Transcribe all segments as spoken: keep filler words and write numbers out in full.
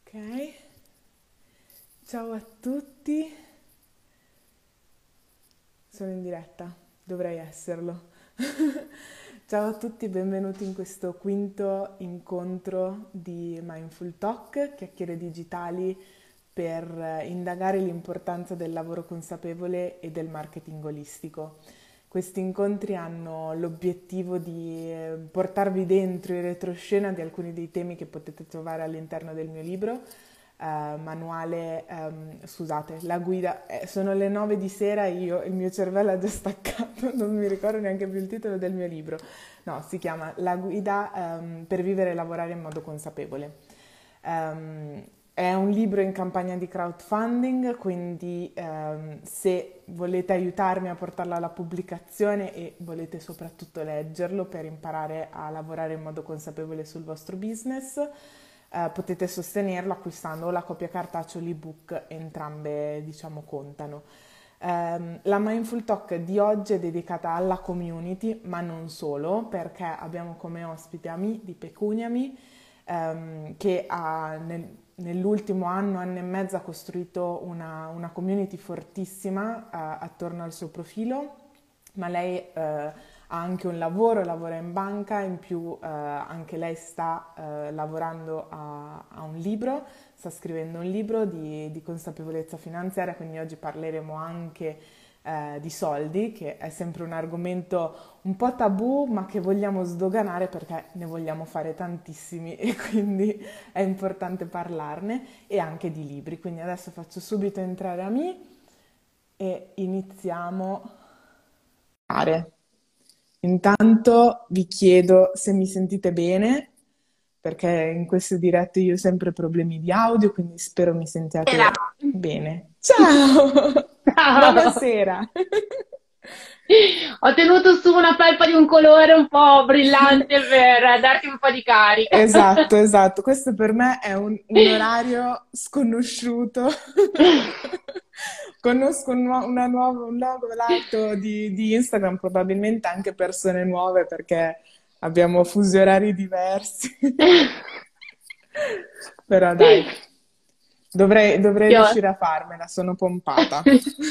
Ok, ciao a tutti, sono in diretta, dovrei esserlo. Ciao a tutti, benvenuti in questo quinto incontro di Mindful Talk, chiacchiere digitali per eh, indagare l'importanza del lavoro consapevole e del marketing olistico. Questi incontri hanno l'obiettivo di eh, portarvi dentro in retroscena di alcuni dei temi che potete trovare all'interno del mio libro, eh, manuale, ehm, scusate, la guida, eh, sono le nove di sera e io, il mio cervello è già staccato, non mi ricordo neanche più il titolo del mio libro. No, si chiama La guida, ehm, per vivere e lavorare in modo consapevole. Ehm, è un libro in campagna di crowdfunding, quindi ehm, se volete aiutarmi a portarlo alla pubblicazione e volete soprattutto leggerlo per imparare a lavorare in modo consapevole sul vostro business, eh, potete sostenerlo acquistando o la copia cartacea o l'ebook, entrambe diciamo contano. Ehm, la Mindful Talk di oggi è dedicata alla community, ma non solo, perché abbiamo come ospite Ami di Pecuniami, ehm, che ha nel- nell'ultimo anno, anno e mezzo ha costruito una, una community fortissima eh, attorno al suo profilo, ma lei eh, ha anche un lavoro, lavora in banca, in più eh, anche lei sta eh, lavorando a, a un libro, sta scrivendo un libro di, di consapevolezza finanziaria, quindi oggi parleremo anche eh, di soldi, che è sempre un argomento un po' tabù, ma che vogliamo sdoganare perché ne vogliamo fare tantissimi e quindi è importante parlarne, e anche di libri. Quindi adesso faccio subito entrare Ami e iniziamo. Intanto vi chiedo se mi sentite bene, perché in queste dirette io ho sempre problemi di audio, quindi spero mi Era. sentiate bene. Ciao! Ciao. Buonasera! Ho tenuto su una felpa di un colore un po' brillante per darti un po' di carica. Esatto, esatto. Questo per me è un, un orario sconosciuto. Conosco un, nuo- una nuova- un nuovo lato di, di Instagram, probabilmente anche persone nuove perché abbiamo fusi orari diversi. Però dai, dovrei, dovrei Io. riuscire a farmela, sono pompata.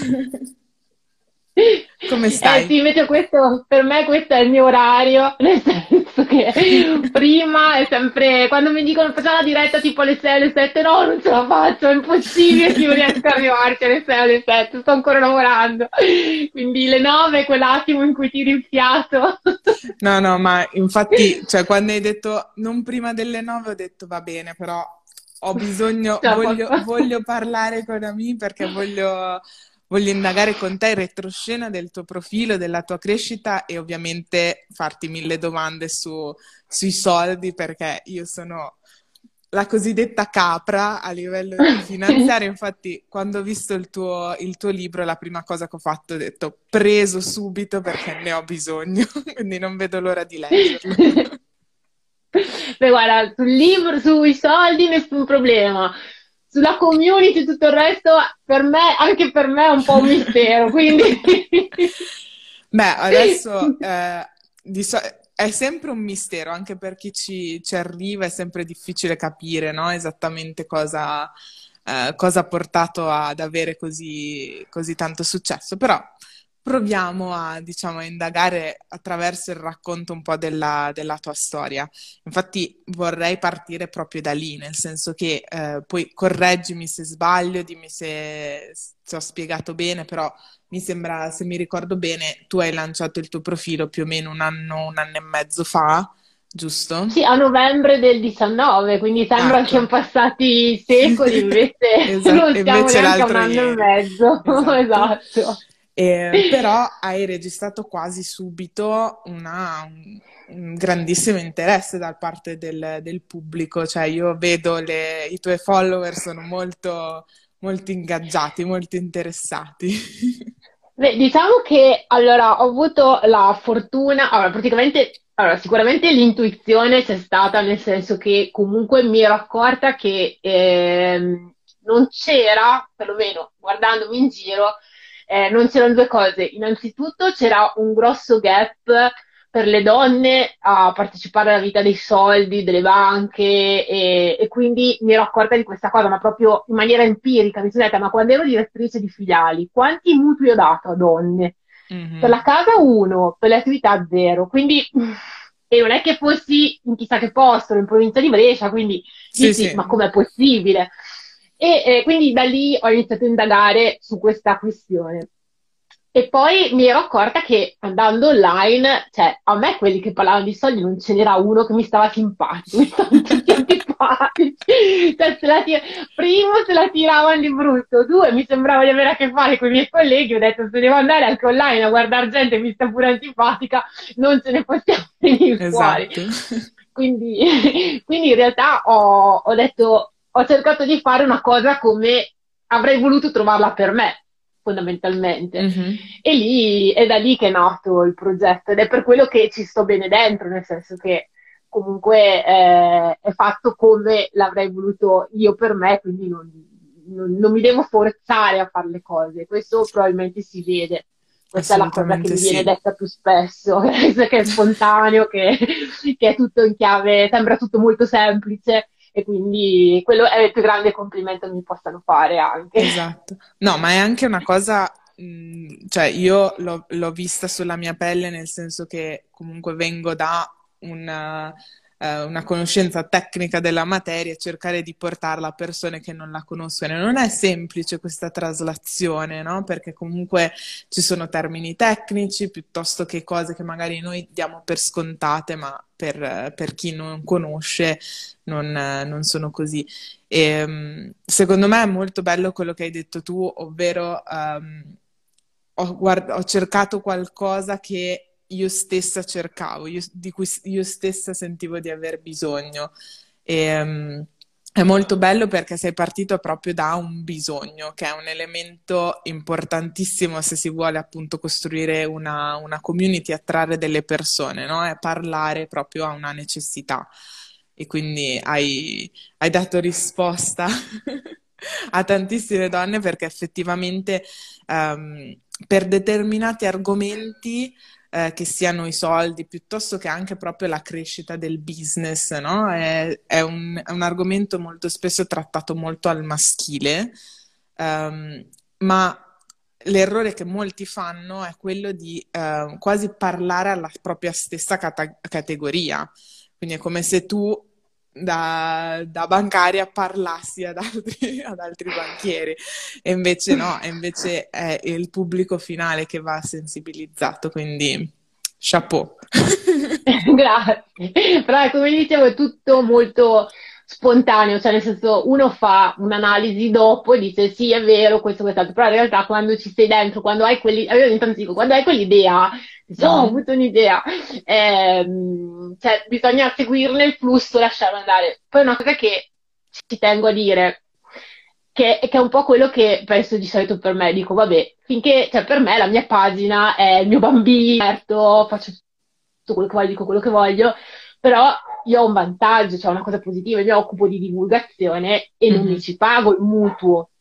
Come Eh stai? sì, invece questo, per me questo è il mio orario, nel senso che prima è sempre, quando mi dicono facciamo la diretta tipo alle sei, alle sette, no, non ce la faccio, è impossibile che io riesca a arrivarci alle sei, alle sette, sto ancora lavorando. Quindi le nove è quell'attimo in cui tiri il fiato. No, no, ma infatti, cioè, quando hai detto non prima delle nove, ho detto va bene, però ho bisogno, Ce la voglio, posso. voglio parlare con Ami perché voglio, voglio indagare con te in retroscena del tuo profilo, della tua crescita e ovviamente farti mille domande su- sui soldi perché io sono la cosiddetta capra a livello finanziario. Infatti, quando ho visto il tuo, il tuo libro, la prima cosa che ho fatto, ho detto preso subito perché ne ho bisogno, quindi non vedo l'ora di leggerlo. Beh, guarda, sul libro, sui soldi nessun problema. Sulla community, tutto il resto, per me, anche per me è un po' un mistero, quindi. Beh, adesso eh, di so- è sempre un mistero, anche per chi ci, ci arriva è sempre difficile capire, no? Esattamente cosa, eh, cosa ha portato ad avere così, così tanto successo. Però proviamo a, diciamo, a indagare attraverso il racconto un po' della, della tua storia. Infatti vorrei partire proprio da lì, nel senso che eh, poi correggimi se sbaglio, dimmi se, se ho spiegato bene, però mi sembra, se mi ricordo bene, tu hai lanciato il tuo profilo più o meno un anno, un anno e mezzo fa, giusto? Sì, a novembre del diciannove, quindi Ah, sembra che ecco. siano passati secoli, invece Esa- non e siamo invece neanche a un l'altro anno e ieri. mezzo. Esatto. Esatto. Eh, però hai registrato quasi subito una- un, un grandissimo interesse da parte del, del pubblico, cioè io vedo le- i tuoi follower sono molto, molto ingaggiati, molto interessati. Beh, diciamo che allora ho avuto la fortuna, allora praticamente, allora, sicuramente l'intuizione c'è stata, nel senso che comunque mi ero accorta che ehm, non c'era, perlomeno guardandomi in giro, eh, non c'erano due cose. Innanzitutto c'era un grosso gap per le donne a partecipare alla vita dei soldi, delle banche e, e quindi mi ero accorta di questa cosa, ma proprio in maniera empirica. Mi sono detta, ma quando ero direttrice di filiali, quanti mutui ho dato a donne? Per la Mhm. casa uno, per le attività zero. Quindi, e non è che fossi in chissà che posto, ero in provincia di Brescia, quindi Sì, dici, sì. ma com'è possibile? E eh, quindi da lì ho iniziato a indagare su questa questione. E poi mi ero accorta che andando online, cioè a me quelli che parlavano di soldi non ce n'era uno che mi stava simpatico, mi stavano tutti antipatici. Cioè, se la ti- primo se la tiravano di brutto, due mi sembrava di avere a che fare con i miei colleghi, ho detto se devo andare anche online a guardare gente che mi sta pure antipatica, non ce ne possiamo venire fuori. Esatto. Quindi, quindi in realtà ho, ho detto, ho cercato di fare una cosa come avrei voluto trovarla per me, fondamentalmente. Mhm. E lì è da lì che è nato il progetto ed è per quello che ci sto bene dentro, nel senso che comunque eh, è fatto come l'avrei voluto io per me, quindi non, non- non mi devo forzare a fare le cose. Questo probabilmente si vede. Questa è la cosa che Assolutamente mi viene sì. detta più spesso, che è spontaneo, che, che è tutto in chiave, sembra tutto molto semplice e quindi quello è il più grande complimento che mi possano fare anche. Esatto. No, ma è anche una cosa, mh, cioè io l'ho l'ho vista sulla mia pelle, nel senso che comunque vengo da una, eh, una conoscenza tecnica della materia e cercare di portarla a persone che non la conoscono. E non è semplice questa traslazione, no? Perché comunque ci sono termini tecnici piuttosto che cose che magari noi diamo per scontate, ma per, per chi non conosce non non sono così. E, mm, secondo me è molto bello quello che hai detto tu, ovvero ehm, ho, guard- ho cercato qualcosa che io stessa cercavo, io- di cui s- io stessa sentivo di aver bisogno. E, mm, è molto bello perché sei partito proprio da un bisogno, che è un elemento importantissimo se si vuole appunto costruire una, una community, attrarre delle persone, no? È parlare proprio a una necessità. E quindi hai hai dato risposta a tantissime donne perché effettivamente ehm, per determinati argomenti, eh, che siano i soldi, piuttosto che anche proprio la crescita del business, no? È, è un, è un argomento molto spesso trattato molto al maschile, ehm, ma l'errore che molti fanno è quello di eh, quasi parlare alla propria stessa cata- categoria. Quindi è come se tu da, da bancaria parlassi ad altri, ad altri banchieri, e invece no, e invece è il pubblico finale che va sensibilizzato, quindi chapeau. Grazie, però come dicevo è tutto molto spontaneo, cioè nel senso uno fa un'analisi dopo e dice sì è vero questo, quest'altro, però in realtà quando ci sei dentro, quando hai quelli, io ogni tanto dico, quando hai quell'idea, dici, oh, ho Mhm. avuto un'idea, ehm, cioè bisogna seguirne il flusso, lasciarlo andare. Poi una cosa che ci tengo a dire, che, che è un po' quello che penso di solito per me, dico vabbè, finché, cioè per me la mia pagina è il mio bambino, certo, faccio tutto quello che voglio, dico quello che voglio, però io ho un vantaggio, cioè una cosa positiva, io mi occupo di divulgazione e non mi Mhm. ci pago il mutuo,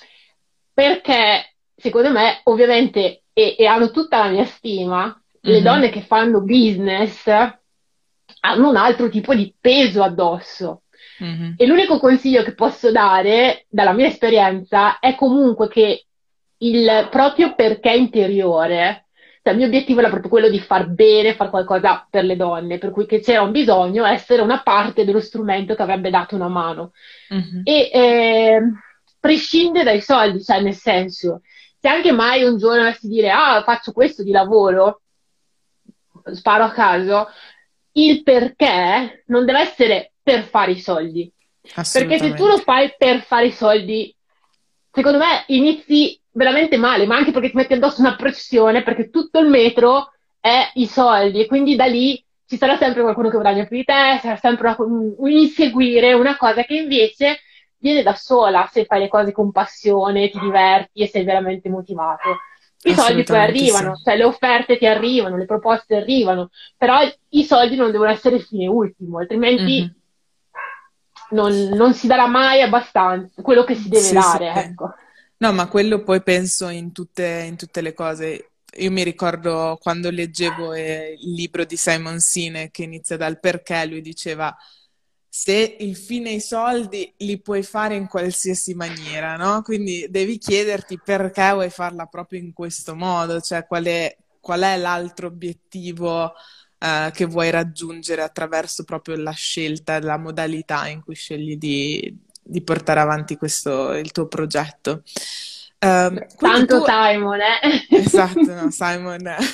perché secondo me, ovviamente, e, e hanno tutta la mia stima, le donne Mhm. che fanno business hanno un altro tipo di peso addosso. Mhm. E l'unico consiglio che posso dare, dalla mia esperienza, è comunque che il proprio perché interiore, cioè il mio obiettivo era proprio quello di far bene, fare qualcosa per le donne, per cui che c'era un bisogno, essere una parte dello strumento che avrebbe dato una mano. Mhm. E eh, prescinde dai soldi, cioè nel senso, se anche mai un giorno dovessi dire, ah, faccio questo di lavoro, sparo a caso, il perché non deve essere per fare i soldi. Perché se tu lo Assolutamente. fai per fare i soldi, secondo me inizi veramente male, ma anche perché ti metti addosso una pressione, perché tutto il metro è i soldi e quindi da lì ci sarà sempre qualcuno che guadagna più di te, sarà sempre una- un, un inseguire una cosa che invece viene da sola se fai le cose con passione, ti diverti e sei veramente motivato. I soldi poi Assolutamente sì. arrivano, cioè le offerte ti arrivano, le proposte arrivano, però i soldi non devono essere il fine ultimo, altrimenti Mhm. non, non si darà mai abbastanza quello che si deve Sì, sì. dare, ecco. No, ma quello poi penso in tutte, in tutte le cose. io mi ricordo quando leggevo eh, il libro di Simon Sinek che inizia dal perché, lui diceva se il fine e i soldi li puoi fare in qualsiasi maniera, no? Quindi devi chiederti perché vuoi farla proprio in questo modo, cioè qual è, qual è l'altro obiettivo eh, che vuoi raggiungere attraverso proprio la scelta, la modalità in cui scegli di, di portare avanti questo, il tuo progetto. Ehm, quindi tu, Tanto Simon, eh? esatto, no, Simon è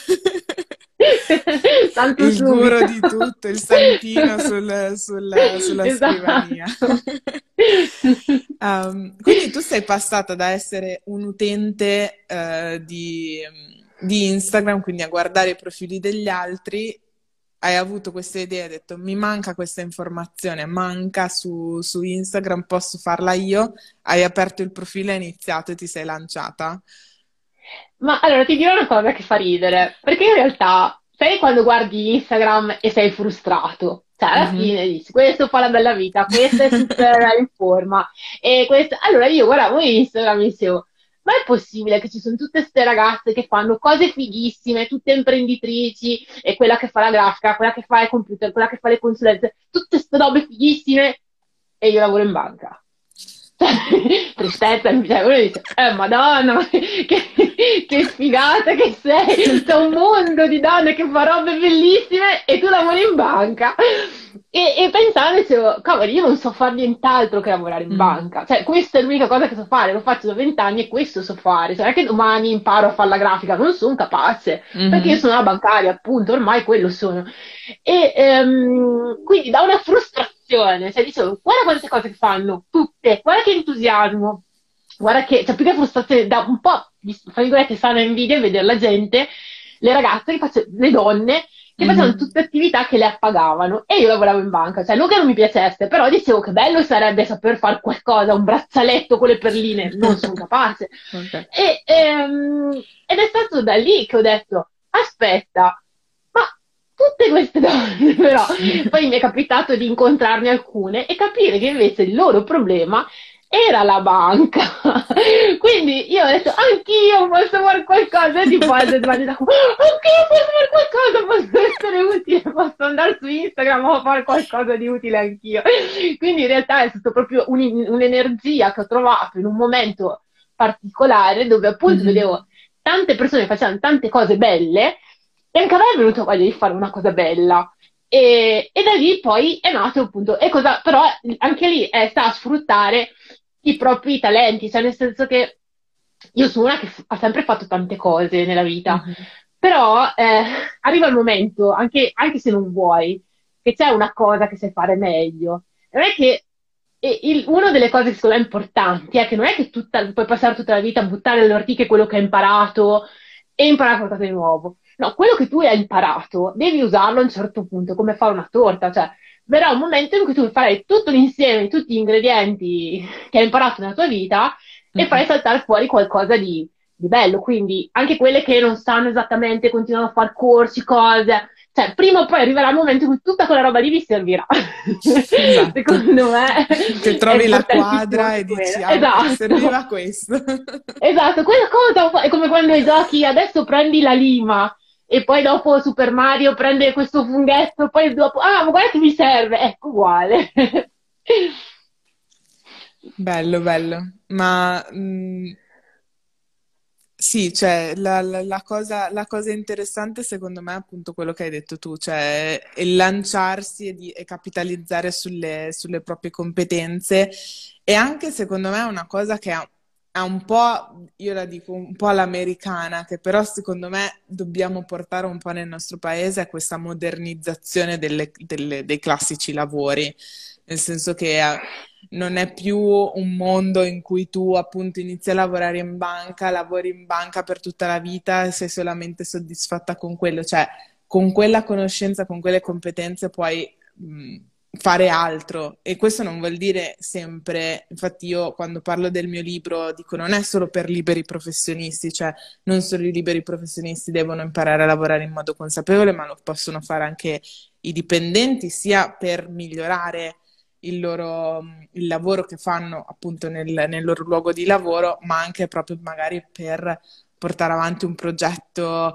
Tanto il guru subito. di tutto, il santino sul- sulla, sulla scrivania. Esatto. Um, quindi tu sei passata da essere un utente eh, di, di Instagram, quindi a guardare i profili degli altri, hai avuto questa idea, hai detto mi manca questa informazione, manca su, su Instagram, posso farla io, hai aperto il profilo, hai iniziato e ti sei lanciata. Ma allora ti dirò una cosa che fa ridere, perché in realtà, sai quando guardi Instagram e sei frustrato? Cioè, alla Mhm. fine dici, questo fa la bella vita, questo è super in forma, e questo... Allora io guardavo Instagram e dicevo, ma è possibile che ci sono tutte queste ragazze che fanno cose fighissime, tutte imprenditrici, e quella che fa la grafica, quella che fa il computer, quella che fa le consulenze, tutte queste robe fighissime, e io lavoro in banca. Tristezza, cioè uno dice, eh madonna, ma che, che figata che sei, c'è un mondo di donne che fa robe bellissime e tu lavori in banca. E, e pensando, dicevo, cavolo, io non so fare nient'altro che lavorare in Mhm. banca, cioè questa è l'unica cosa che so fare, lo faccio da vent'anni e questo so fare, cioè non è che domani imparo a fare la grafica, non sono capace, perché io Mhm. sono una bancaria, appunto, ormai quello sono. E ehm, quindi da una frustrazione, cioè dicevo, guarda quante cose che fanno, tutte, guarda che entusiasmo, guarda che, cioè più che frustrazione, da un po', di, fra virgolette, sana invidia vedere la gente, le ragazze che facevano, le donne, che facevano Mhm. tutte attività che le appagavano e io lavoravo in banca, cioè non che non mi piacesse, però dicevo che bello sarebbe saper fare qualcosa, un braccialetto con le perline, non sono capace. Ok. E, ehm, ed è stato da lì che ho detto, aspetta, ma tutte queste donne, però, poi mi è capitato di incontrarne alcune e capire che invece il loro problema era la banca. Quindi io ho detto, anch'io posso fare qualcosa, e tipo altre domande da anch'io posso fare qualcosa, posso essere utile, posso andare su Instagram o fare qualcosa di utile anch'io. Quindi in realtà è stato proprio un- un'energia che ho trovato in un momento particolare dove appunto Mhm. vedevo tante persone che facevano tante cose belle e anche a me è venuto voglia di fare una cosa bella. E, e da lì poi è nato appunto, e cosa, però anche lì è sta a sfruttare i propri talenti, cioè nel senso che io sono una che f- ha sempre fatto tante cose nella vita, Mhm. però eh, arriva il momento, anche, anche se non vuoi, che c'è una cosa che sai fare meglio. Non è che e il- una delle cose che secondo me importanti è che non è che tutta- puoi passare tutta la vita a buttare alle ortiche quello che hai imparato e imparare qualcosa di nuovo. No, quello che tu hai imparato devi usarlo a un certo punto, come fare una torta, cioè verrà un momento in cui tu farai tutto l'insieme di tutti gli ingredienti che hai imparato nella tua vita e farai Mhm. saltare fuori qualcosa di, di bello. Quindi anche quelle che non sanno esattamente, continuano a fare corsi, cose, cioè prima o poi arriverà il momento in cui tutta quella roba lì vi servirà. Esatto. Secondo me Che è trovi la importantissimo quadra anche e quello. dici, ah ok, Esatto. serviva questo. Esatto, quella cosa è come quando i giochi adesso prendi la lima e poi dopo Super Mario prende questo funghetto, poi dopo, ah, ma guarda che mi serve, ecco, uguale. Bello, bello. Ma mh, sì, cioè la, la- la cosa, la cosa interessante secondo me è appunto quello che hai detto tu, cioè il lanciarsi e, di- e capitalizzare sulle, sulle proprie competenze e anche secondo me è una cosa che ha, ha un po', io la dico un po' all'americana, che però secondo me dobbiamo portare un po' nel nostro paese, è questa modernizzazione delle- delle- dei classici lavori, nel senso che eh, non è più un mondo in cui tu appunto inizi a lavorare in banca, lavori in banca per tutta la vita e sei solamente soddisfatta con quello, cioè con quella conoscenza, con quelle competenze puoi mh, fare altro e questo non vuol dire sempre, infatti io quando parlo del mio libro dico non è solo per liberi professionisti, cioè non solo i liberi professionisti devono imparare a lavorare in modo consapevole, ma lo possono fare anche i dipendenti, sia per migliorare il loro, il lavoro che fanno appunto nel, nel loro luogo di lavoro, ma anche proprio magari per portare avanti un progetto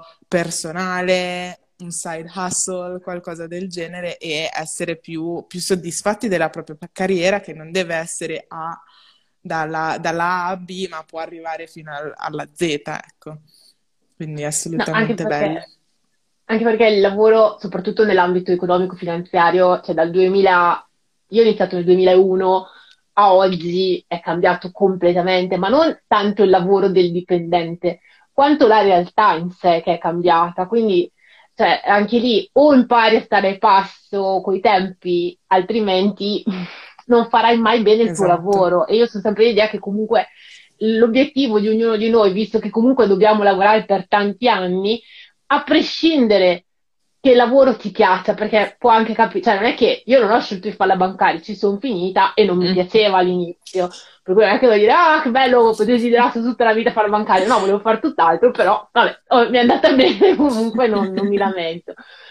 personale, un side hustle, qualcosa del genere e essere più, più soddisfatti della propria carriera che non deve essere A dalla, dalla A a B, ma può arrivare fino al- alla Z, ecco. Quindi è No, anche assolutamente bello. perché, anche perché il lavoro, soprattutto nell'ambito economico-finanziario, cioè dal duemila, io ho iniziato nel duemilauno a oggi è cambiato completamente, ma non tanto il lavoro del dipendente, quanto la realtà in sé che è cambiata. Quindi, cioè, anche lì o impari a stare al passo coi tempi, altrimenti non farai mai bene il tuo Esatto, lavoro. E io sono sempre l'idea che comunque l'obiettivo di ognuno di noi, visto che comunque dobbiamo lavorare per tanti anni, a prescindere che il lavoro ti piaccia, perché può anche capire, cioè non è che io non ho scelto di fare la bancaria, ci sono finita e non mi mm, piaceva all'inizio, per cui non è che devo dire, ah che bello, ho desiderato tutta la vita fare la bancaria, no, volevo fare tutt'altro, però vabbè, oh, mi è andata bene, comunque non, non mi lamento.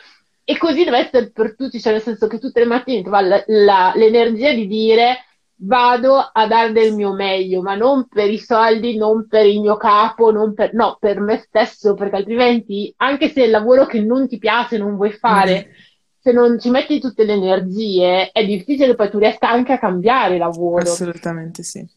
E così deve essere per tutti, cioè nel senso che tutte le mattine ti va la- la- l'energia di dire vado a dare del mio meglio, ma non per i soldi, non per il mio capo, non per, no, per me stesso, perché altrimenti, anche se è il lavoro che non ti piace, non vuoi mm, fare, mm. se non ci metti tutte le energie, è difficile che poi tu riesca anche a cambiare lavoro. Assolutamente sì,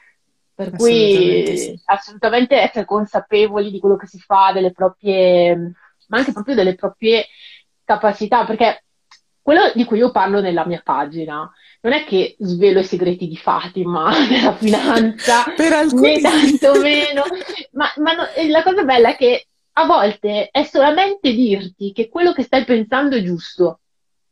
Per assolutamente cui sì. assolutamente essere consapevoli di quello che si fa, delle proprie, ma anche proprio delle proprie capacità, perché quello di cui io parlo nella mia pagina non è che svelo i segreti di Fatima della finanza, Per né alcuni sì. tantomeno, ma, ma no- e la cosa bella è che a volte è solamente dirti che quello che stai pensando è giusto,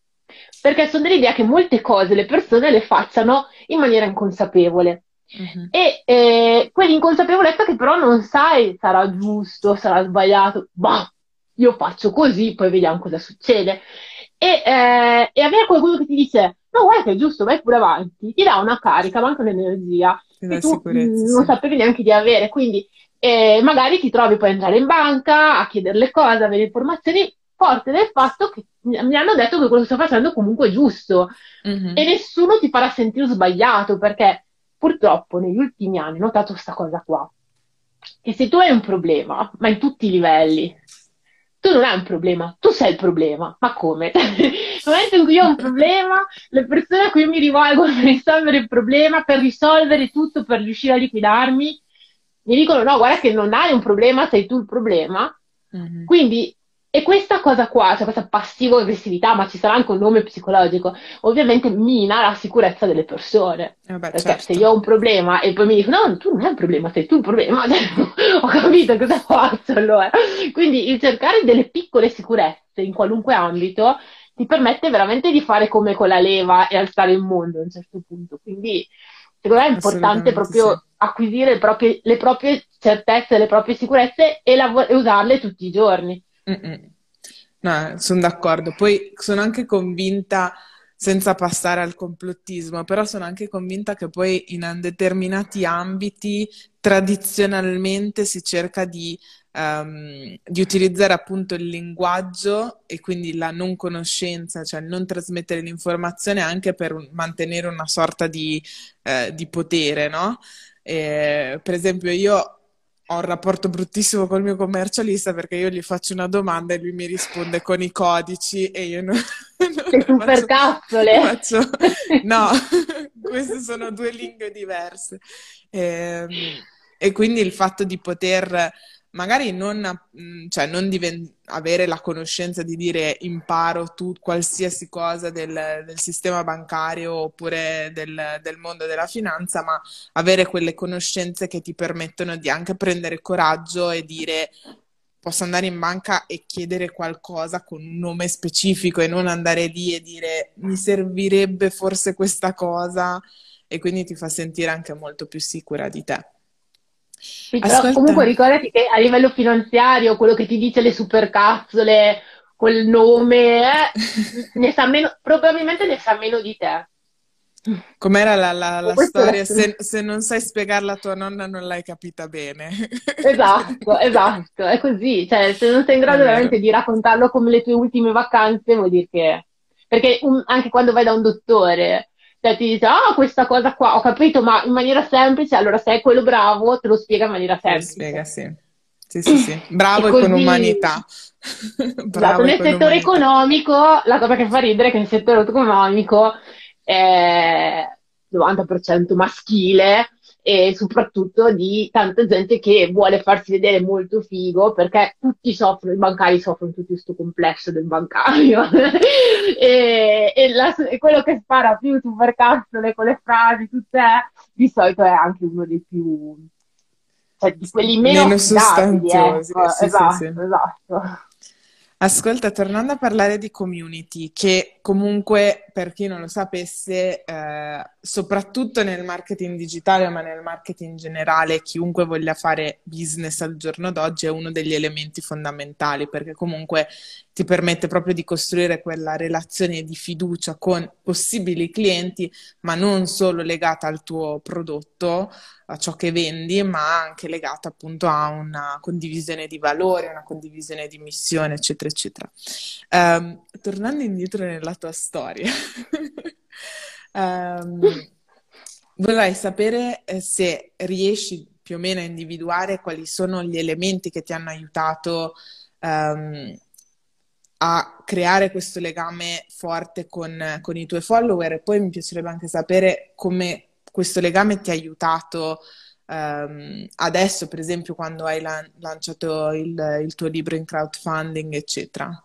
perché sono dell'idea che molte cose le persone le facciano in maniera inconsapevole. Mhm. E eh, quell'inconsapevolezza che però non sai sarà giusto, sarà sbagliato, bah, io faccio così, poi vediamo cosa succede. E, eh, e avere qualcuno che ti dice, no, guarda che è giusto, vai pure avanti, ti dà una carica, ma anche un'energia Ti che dà tu sicurezza, mh, non sì. sapevi neanche di avere. Quindi eh, magari ti trovi poi a entrare in banca, a chiedere le cose, avere informazioni forti del fatto che mi mi hanno detto che quello che sto facendo comunque è giusto e Mhm. nessuno ti farà sentire sbagliato perché purtroppo negli ultimi anni ho notato questa cosa qua, che se tu hai un problema, ma in tutti i livelli, tu non hai un problema, tu sei il problema. Ma come? Nel momento in cui io ho un problema, le persone a cui io mi rivolgo per risolvere il problema, per risolvere tutto, per riuscire a liquidarmi, mi dicono no, guarda che non hai un problema, sei tu il problema. Mhm. Quindi, e questa cosa qua, cioè questa passivo-aggressività, ma ci sarà anche un nome psicologico, ovviamente mina la sicurezza delle persone. Eh beh, Perché se certo, io ho un problema e poi mi dicono, no, tu non hai un problema, sei tu il problema, cioè, ho capito cosa faccio allora. Quindi il cercare delle piccole sicurezze in qualunque ambito ti permette veramente di fare come con la leva e alzare il mondo a un certo punto. Quindi, secondo me è importante assolutamente sì. proprio acquisire le proprie, le proprie certezze, le proprie sicurezze e, lav- e usarle tutti i giorni. Mm-mm. No, sono d'accordo. Poi sono anche convinta, senza passare al complottismo, però sono anche convinta che poi in determinati ambiti tradizionalmente si cerca di, ehm, di utilizzare appunto il linguaggio e quindi la non conoscenza, cioè il non trasmettere l'informazione anche per un- mantenere una sorta di, eh, di potere, no? Eh, per esempio, io ho un rapporto bruttissimo col mio commercialista perché io gli faccio una domanda e lui mi risponde con i codici e io non, Le non faccio, supercazzole. faccio... No, queste sono due lingue diverse. Ehm, E, quindi il fatto di poter magari non, mh, cioè non diven- avere la conoscenza di dire imparo tu qualsiasi cosa del, del sistema bancario oppure del, del mondo della finanza, ma avere quelle conoscenze che ti permettono di anche prendere coraggio e dire posso andare in banca e chiedere qualcosa con un nome specifico e non andare lì e dire mi servirebbe forse questa cosa e quindi ti fa sentire anche molto più sicura di te. Sì, però comunque Ascolta. ricordati che a livello finanziario quello che ti dice le supercazzole, quel nome, eh, ne sa meno, probabilmente ne sa meno di te. Com'era la, la- E la questo è storia? Se, se non sai spiegarla a tua nonna non l'hai capita bene. esatto, esatto, è così, cioè se non sei in È grado vero. veramente di raccontarlo come le tue ultime vacanze, vuol dire che... Perché un- anche quando vai da un dottore, cioè ti dice, ah, questa cosa qua, ho capito, ma in maniera semplice, allora se è quello bravo, te lo spiega in maniera Te lo spiega, semplice. sì. sì, sì, sì. E Bravo e con così, umanità. esatto, Bravo e nel con settore umanità. economico, la cosa che fa ridere è che nel settore economico è novanta per cento maschile e soprattutto di tanta gente che vuole farsi vedere molto figo perché tutti soffrono, i bancari soffrono tutto questo complesso del bancario e, e la- e quello che spara più supercazzole con le frasi, tutte, di solito è anche uno dei più, cioè di quelli meno Meno affidabili, sostanziosi, ecco, sì, sì, sì. esatto, esatto. Ascolta, tornando a parlare di community, che comunque per chi non lo sapesse, eh, soprattutto nel marketing digitale, ma nel marketing in generale, chiunque voglia fare business al giorno d'oggi è uno degli elementi fondamentali, perché comunque ti permette proprio di costruire quella relazione di fiducia con possibili clienti, ma non solo legata al tuo prodotto, a ciò che vendi, ma anche legata appunto a una condivisione di valori, una condivisione di missione, eccetera, eccetera. Ehm, tornando indietro nella tua storia, ehm, vorrei sapere eh, se riesci più o meno a individuare quali sono gli elementi che ti hanno aiutato ehm, a creare questo legame forte con, con i tuoi follower e poi mi piacerebbe anche sapere come questo legame ti ha aiutato ehm, adesso, per esempio, quando hai lan- lanciato il, il tuo libro in crowdfunding, eccetera.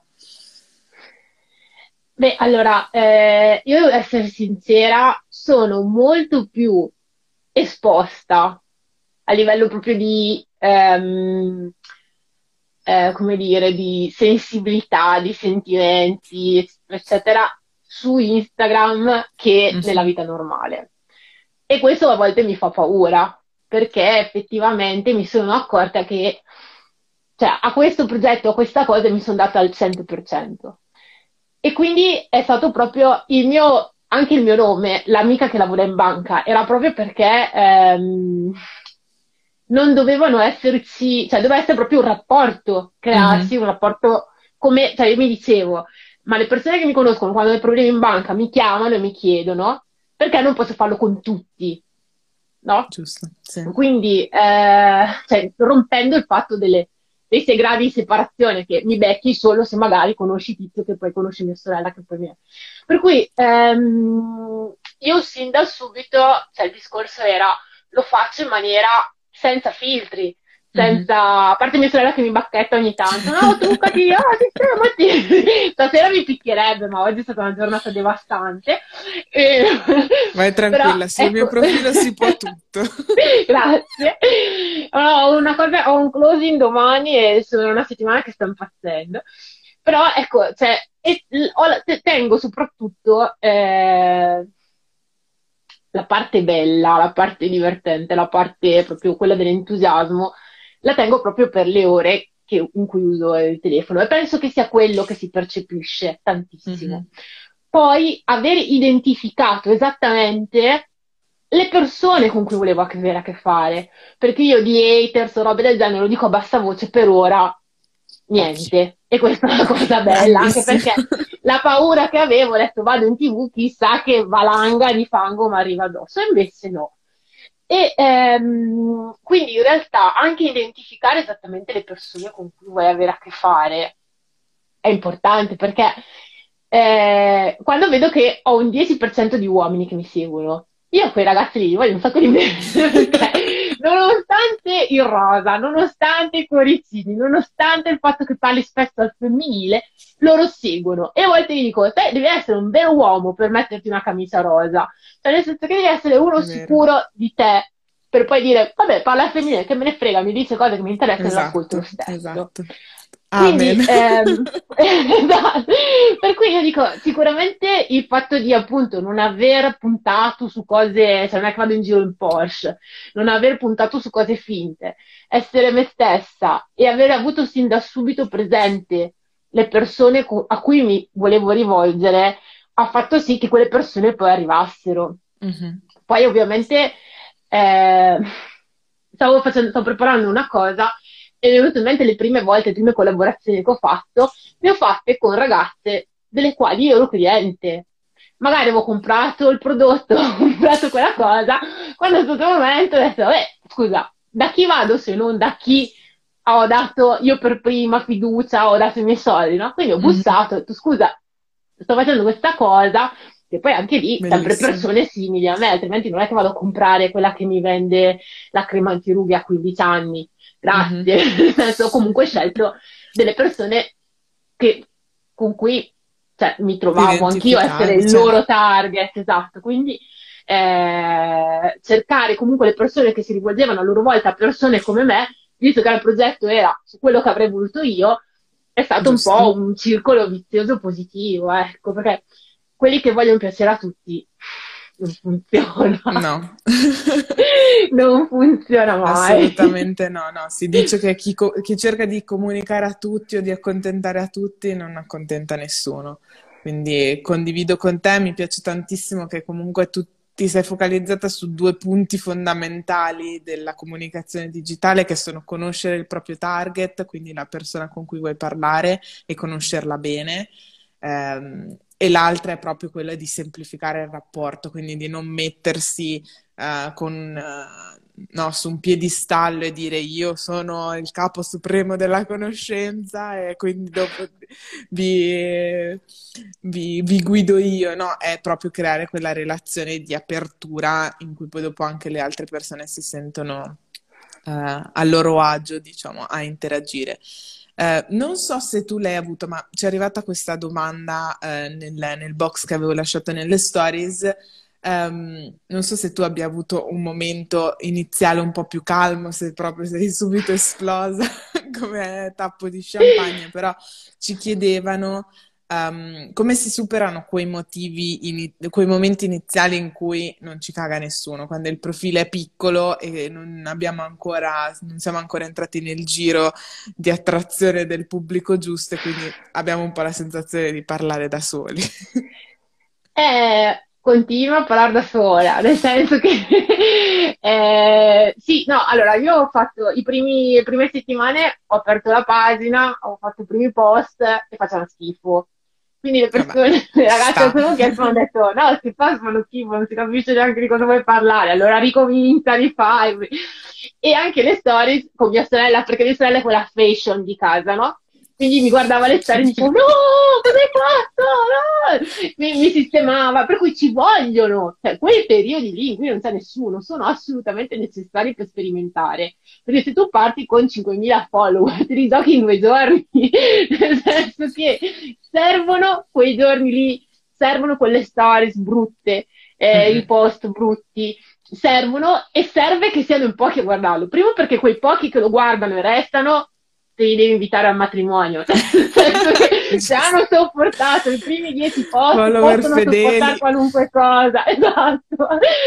Beh, allora, eh, io devo essere sincera, sono molto più esposta a livello proprio di, ehm, eh, come dire, di sensibilità, di sentimenti, eccetera, eccetera, su Instagram che nella Mhm, vita normale. E questo a volte mi fa paura, perché effettivamente mi sono accorta che, cioè, a questo progetto, a questa cosa mi sono data al cento per cento. E quindi è stato proprio il mio, anche il mio nome, l'amica che lavora in banca, era proprio perché ehm, non dovevano esserci, cioè doveva essere proprio un rapporto, crearsi mhm, un rapporto come, cioè io mi dicevo, ma le persone che mi conoscono quando ho dei problemi in banca mi chiamano e mi chiedono perché non posso farlo con tutti, no? giusto, sì. Quindi, eh, cioè, rompendo il fatto delle, dei sei gradi di separazione che mi becchi solo se magari conosci Tizio che poi conosci mia sorella che poi mi... Per cui ehm, io sin da subito, cioè il discorso era lo faccio in maniera senza filtri, Mhm. senza, a parte mia sorella che mi bacchetta ogni tanto, no, truccati, ah, sistemati. Stasera mi picchierebbe, ma oggi è stata una giornata devastante. E- Vai Però, tranquilla, sul mio ecco, profilo si può tutto. grazie. Ho una cosa, ho un closing domani e sono una settimana che sto impazzendo. Però, ecco, cioè, e- l- ho la- te- tengo soprattutto eh, la parte bella, la parte divertente, la parte proprio quella dell'entusiasmo, la tengo proprio per le ore che- in cui uso il telefono e penso che sia quello che si percepisce tantissimo. Mhm. Poi aver identificato esattamente le persone con cui volevo avere a che fare, perché io di haters o robe del genere lo dico a bassa voce per ora, niente. E questa è una cosa bella, anche Grandissimo. perché la paura che avevo, ho detto vado in T V, chissà che valanga di fango mi arriva addosso, e invece no. E ehm, quindi in realtà anche identificare esattamente le persone con cui vuoi avere a che fare è importante perché eh, quando vedo che ho un dieci per cento di uomini che mi seguono, io a quei ragazzi lì voglio un sacco di bene perché nonostante il rosa, nonostante i cuoricini, nonostante il fatto che parli spesso al femminile, loro seguono. E a volte gli dico, te devi essere un vero uomo per metterti una camicia rosa. Cioè, nel senso che devi essere uno È vero. sicuro di te, per poi dire, vabbè, parla al femminile, che me ne frega, mi dice cose che mi interessano e l'ascolto lo Esatto, stesso. esatto. Quindi, Amen. ehm, esatto. Per cui io dico, sicuramente il fatto di appunto non aver puntato su cose, cioè non è che vado in giro in Porsche, non aver puntato su cose finte, essere me stessa e aver avuto sin da subito presente le persone co- a cui mi volevo rivolgere, ha fatto sì che quelle persone poi arrivassero. Mhm. Poi ovviamente eh, stavo facendo, stavo preparando una cosa e mi è venuto in mente le prime volte, le prime collaborazioni che ho fatto, le ho fatte con ragazze delle quali io ero cliente. Magari avevo comprato il prodotto, ho comprato quella cosa, quando è stato il momento ho detto, beh, scusa, da chi vado se non da chi ho dato, io per prima fiducia ho dato i miei soldi, no? Quindi ho Mhm. bussato, ho detto scusa, sto facendo questa cosa, e poi anche lì, sempre Bellissimo. persone simili a me, altrimenti non è che vado a comprare quella che mi vende la crema antirughe a quindici anni. Mhm. Grazie. Nel senso, ho comunque scelto delle persone che, con cui, cioè, mi Ti trovavo anch'io a essere identificavi, il certo. loro target, esatto. Quindi eh, cercare comunque le persone che si rivolgevano a loro volta a persone come me, visto che il progetto era su quello che avrei voluto io, è stato un po' Giusto. un circolo vizioso positivo, ecco, perché quelli che vogliono piacere a tutti non funziona. No. Non funziona mai. Assolutamente no, no, si dice che chi, co- chi cerca di comunicare a tutti o di accontentare a tutti non accontenta nessuno. Quindi condivido con te, mi piace tantissimo che comunque tu ti sei focalizzata su due punti fondamentali della comunicazione digitale, che sono conoscere il proprio target, quindi la persona con cui vuoi parlare e conoscerla bene. Ehm, e l'altra è proprio quella di semplificare il rapporto, quindi di non mettersi eh, con, eh, no, su un piedistallo e dire io sono il capo supremo della conoscenza e quindi dopo vi, vi- vi guido io, no? È proprio creare quella relazione di apertura in cui poi dopo anche le altre persone si sentono eh, a loro agio, diciamo, a interagire. Eh, non so se tu l'hai avuto, ma ci è arrivata questa domanda eh, nel, nel box che avevo lasciato nelle stories. Ehm, non so se tu abbia avuto un momento iniziale un po' più calmo, se proprio sei subito esplosa come tappo di champagne, però ci chiedevano ehm, come si superano quei motivi, ini- quei momenti iniziali in cui non ci caga nessuno, quando il profilo è piccolo e non abbiamo ancora, non siamo ancora entrati nel giro di attrazione del pubblico giusto e quindi abbiamo un po' la sensazione di parlare da soli. Eh, continuo a parlare da sola, nel senso che eh, sì, no, allora io ho fatto i primi, le prime settimane, ho aperto la pagina, ho fatto i primi post e facevano schifo. Quindi le Vabbè, persone, le ci ragazze che sta. sono chiesto hanno detto no, questi post fanno schifo, non si capisce neanche di cosa vuoi parlare, allora ricomincia, rifai. E anche le stories con mia sorella, perché mia sorella è quella fashion di casa, no? Quindi mi guardava le storie e dicevo no, cosa hai fatto? No! Mi, mi sistemava, per cui ci vogliono, cioè quei periodi lì in cui non c'è nessuno, sono assolutamente necessari per sperimentare. Perché se tu parti con cinquemila follower, ti rigiochi in due giorni, nel senso che servono quei giorni lì, servono quelle stories brutte, eh, i Mm-mm. post brutti, servono e serve che siano in pochi a guardarlo. Primo perché quei pochi che lo guardano e restano, te li devi invitare al matrimonio. Nel senso che se Giusto. hanno sopportato i primi dieci post, Follower possono sopportare fedeli. qualunque cosa. Esatto.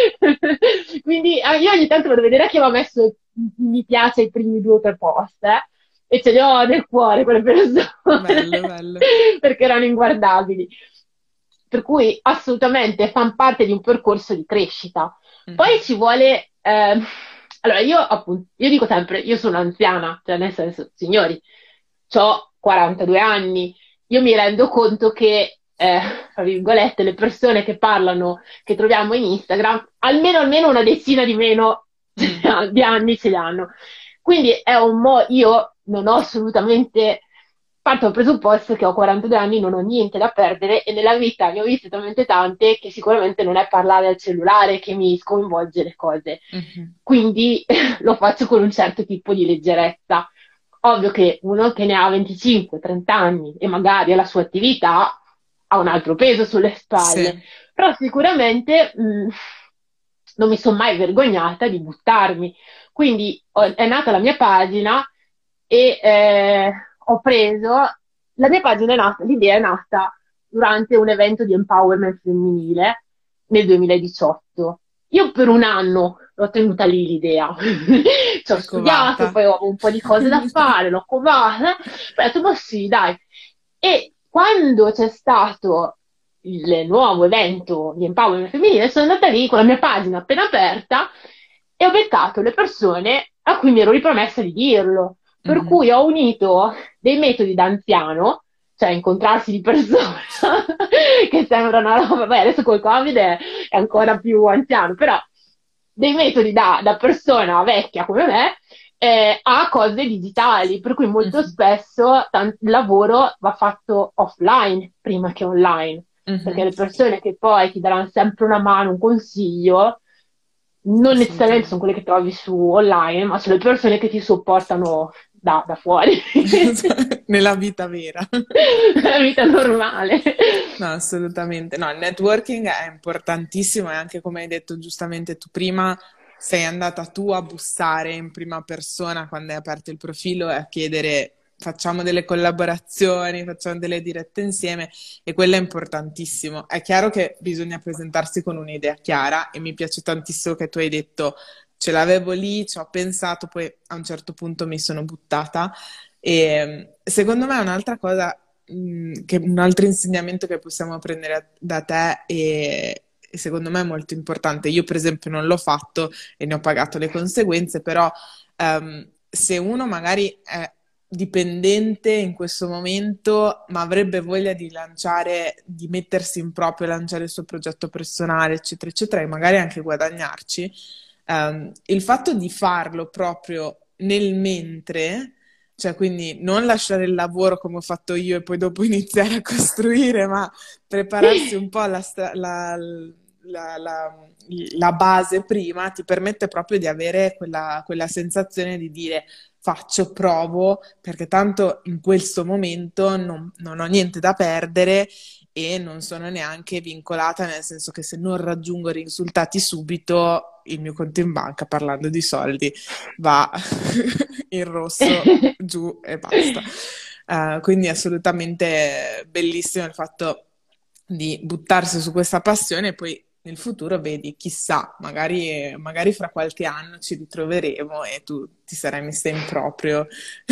Quindi ah, io ogni tanto vado a vedere chi aveva messo mi piace ai primi due o tre post, eh, e ce le ho nel cuore quelle persone, Bello, bello. perché erano inguardabili. Per cui assolutamente fanno parte di un percorso di crescita. Poi Mhm. ci vuole, ehm, allora io appunto, io dico sempre, io sono anziana, cioè nel senso, signori, ho quarantadue anni, io mi rendo conto che, eh, tra virgolette, le persone che parlano, che troviamo in Instagram, almeno, almeno una decina di meno Mm. di anni ce li hanno. Quindi è un mo', io non ho assolutamente, parto dal presupposto che ho quarantadue anni, non ho niente da perdere e nella vita ne ho viste talmente tante che sicuramente non è parlare al cellulare che mi sconvolge le cose. Mhm. Quindi lo faccio con un certo tipo di leggerezza. Ovvio che uno che ne ha venticinque trenta anni e magari ha la sua attività ha un altro peso sulle spalle, Sì. però sicuramente mh, non mi sono mai vergognata di buttarmi. Quindi ho- è nata la mia pagina e eh, ho preso, la mia pagina è nata, l'idea è nata durante un evento di empowerment femminile nel duemiladiciotto. Io per un anno l'ho tenuta lì l'idea, ci ho L'hai studiato, covata. poi avevo un po' di cose da fare, l'ho covata, poi ho detto, ma sì, dai. E quando c'è stato il nuovo evento di empowerment femminile, sono andata lì con la mia pagina appena aperta e ho beccato le persone a cui mi ero ripromessa di dirlo. Per Mhm. cui ho unito dei metodi da anziano, cioè incontrarsi di persona, che sembra una roba, beh, adesso col Covid è, è ancora più anziano, però dei metodi da, da persona vecchia come me, eh, a cose digitali, per cui molto Mhm. spesso tan- il lavoro va fatto offline prima che online, perché Mhm. le persone che poi ti daranno sempre una mano, un consiglio, non necessariamente sono Assolutamente. quelle che trovi su online, ma sono le persone che ti supportano da, da fuori, Nella vita vera. nella vita normale. No, assolutamente. No, il networking è importantissimo e anche come hai detto giustamente tu prima, sei andata tu a bussare in prima persona quando hai aperto il profilo e a chiedere facciamo delle collaborazioni, facciamo delle dirette insieme e quello è importantissimo. È chiaro che bisogna presentarsi con un'idea chiara e mi piace tantissimo che tu hai detto ce l'avevo lì, ci ho pensato, poi a un certo punto mi sono buttata. E secondo me è un'altra cosa, mh, che, un altro insegnamento che possiamo prendere da te e, e secondo me è molto importante. Io, per esempio, non l'ho fatto e ne ho pagato le conseguenze, però ehm, se uno magari è dipendente in questo momento, ma avrebbe voglia di lanciare, di mettersi in proprio, lanciare il suo progetto personale, eccetera, eccetera, e magari anche guadagnarci, ehm, il fatto di farlo proprio nel mentre, cioè quindi non lasciare il lavoro come ho fatto io e poi dopo iniziare a costruire, ma prepararsi un po' la, stra- la- la- la- la base prima, ti permette proprio di avere quella, quella sensazione di dire faccio, provo, perché tanto in questo momento non, non ho niente da perdere e non sono neanche vincolata, nel senso che se non raggiungo i risultati subito, il mio conto in banca, parlando di soldi, va in rosso giù e basta. Eh, quindi assolutamente bellissimo il fatto di buttarsi su questa passione e poi nel futuro vedi, chissà, magari, magari fra qualche anno ci ritroveremo e tu ti sarai messa in proprio.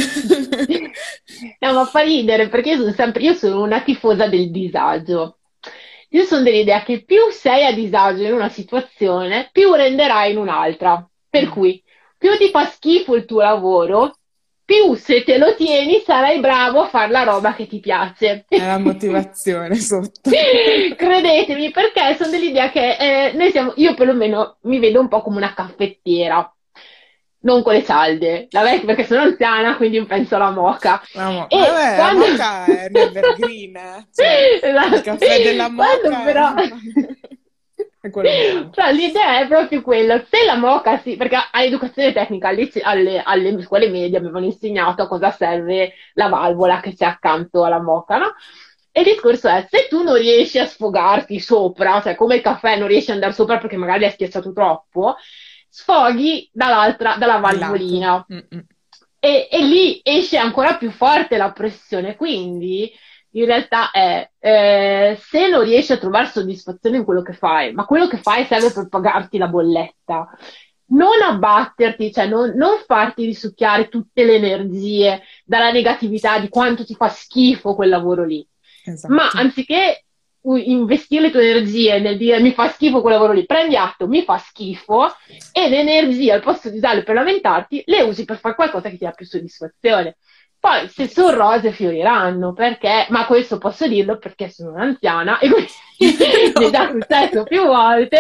No, ma fa ridere perché io sono sempre, io sono una tifosa del disagio. Io sono dell'idea che più sei a disagio in una situazione, più renderai in un'altra. Per Mm. cui, più ti fa schifo il tuo lavoro, più se te lo tieni sarai bravo a fare la roba che ti piace. È la motivazione sotto. Credetemi, perché sono dell'idea che eh, noi siamo, io perlomeno mi vedo un po' come una caffettiera, non con le cialde, la vecchia perché sono anziana, quindi penso alla moka. La mo- E Vabbè, la quando... moka è un evergreen, eh. Cioè, il Esatto. caffè della Quando moka è, però... è quello buono. Cioè, l'idea è proprio quella, se la moca sì, perché a educazione tecnica alle, alle- alle scuole medie avevano insegnato a cosa serve la valvola che c'è accanto alla moca, no? E il discorso è, se tu non riesci a sfogarti sopra, cioè come il caffè non riesci ad andare sopra perché magari hai schiacciato troppo, sfoghi dall'altra, dalla Di lato. valvolina. Mm-mm. E, e lì esce ancora più forte la pressione, quindi in realtà è, eh, se non riesci a trovare soddisfazione in quello che fai, ma quello che fai serve per pagarti la bolletta, non abbatterti, cioè non, non farti risucchiare tutte le energie dalla negatività di quanto ti fa schifo quel lavoro lì, ma Esatto. anziché u- investire le tue energie nel dire mi fa schifo quel lavoro lì, prendi atto, mi fa schifo e le energie al posto di usarle per lamentarti, le usi per fare qualcosa che ti dà più soddisfazione. Poi, se sono rose, fioriranno, perché, ma questo posso dirlo perché sono un'anziana e quindi mi è già No. successo più volte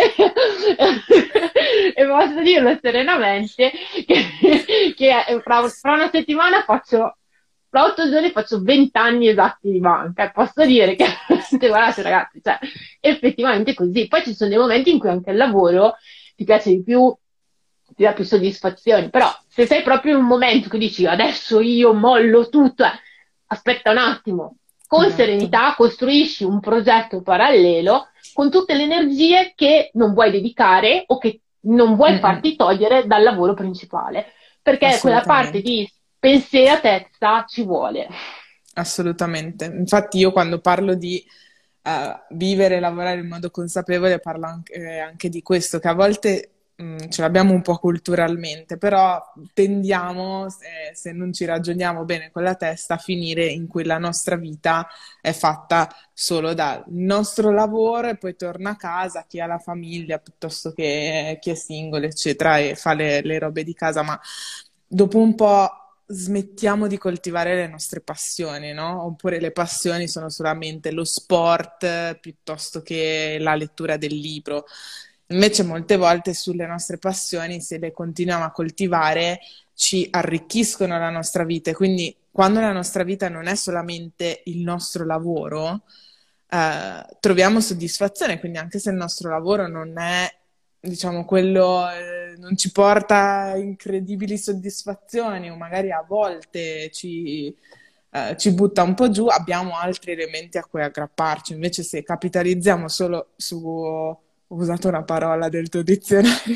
e posso dirlo serenamente che, che fra, fra una settimana faccio, fra otto giorni faccio venti anni esatti di banca e posso dire che, guardate ragazzi, cioè, effettivamente è così. Poi ci sono dei momenti in cui anche il lavoro ti piace di più, ti dà più soddisfazioni, però se sei proprio in un momento che dici adesso io mollo tutto, eh, aspetta un attimo, con Esatto. serenità costruisci un progetto parallelo con tutte le energie che non vuoi dedicare o che non vuoi Mm-mm. farti togliere dal lavoro principale, perché quella parte Assolutamente. di spensieratezza ci vuole. Assolutamente. Infatti io quando parlo di eh, vivere e lavorare in modo consapevole parlo anche, eh, anche di questo, che a volte mh, ce l'abbiamo un po' culturalmente, però tendiamo, se, se non ci ragioniamo bene con la testa, a finire in cui la nostra vita è fatta solo dal nostro lavoro e poi torna a casa, chi ha la famiglia piuttosto che chi è singolo, eccetera, e fa le, le robe di casa, ma dopo un po' smettiamo di coltivare le nostre passioni, no? Oppure le passioni sono solamente lo sport eh, piuttosto che la lettura del libro. Invece molte volte sulle nostre passioni, se le continuiamo a coltivare, ci arricchiscono la nostra vita. E quindi quando la nostra vita non è solamente il nostro lavoro, eh, troviamo soddisfazione. Quindi anche se il nostro lavoro non è, diciamo, quello, eh, non ci porta incredibili soddisfazioni o magari a volte ci, eh, ci butta un po' giù, abbiamo altri elementi a cui aggrapparci. Invece se capitalizziamo solo su, ho usato una parola del tuo dizionario,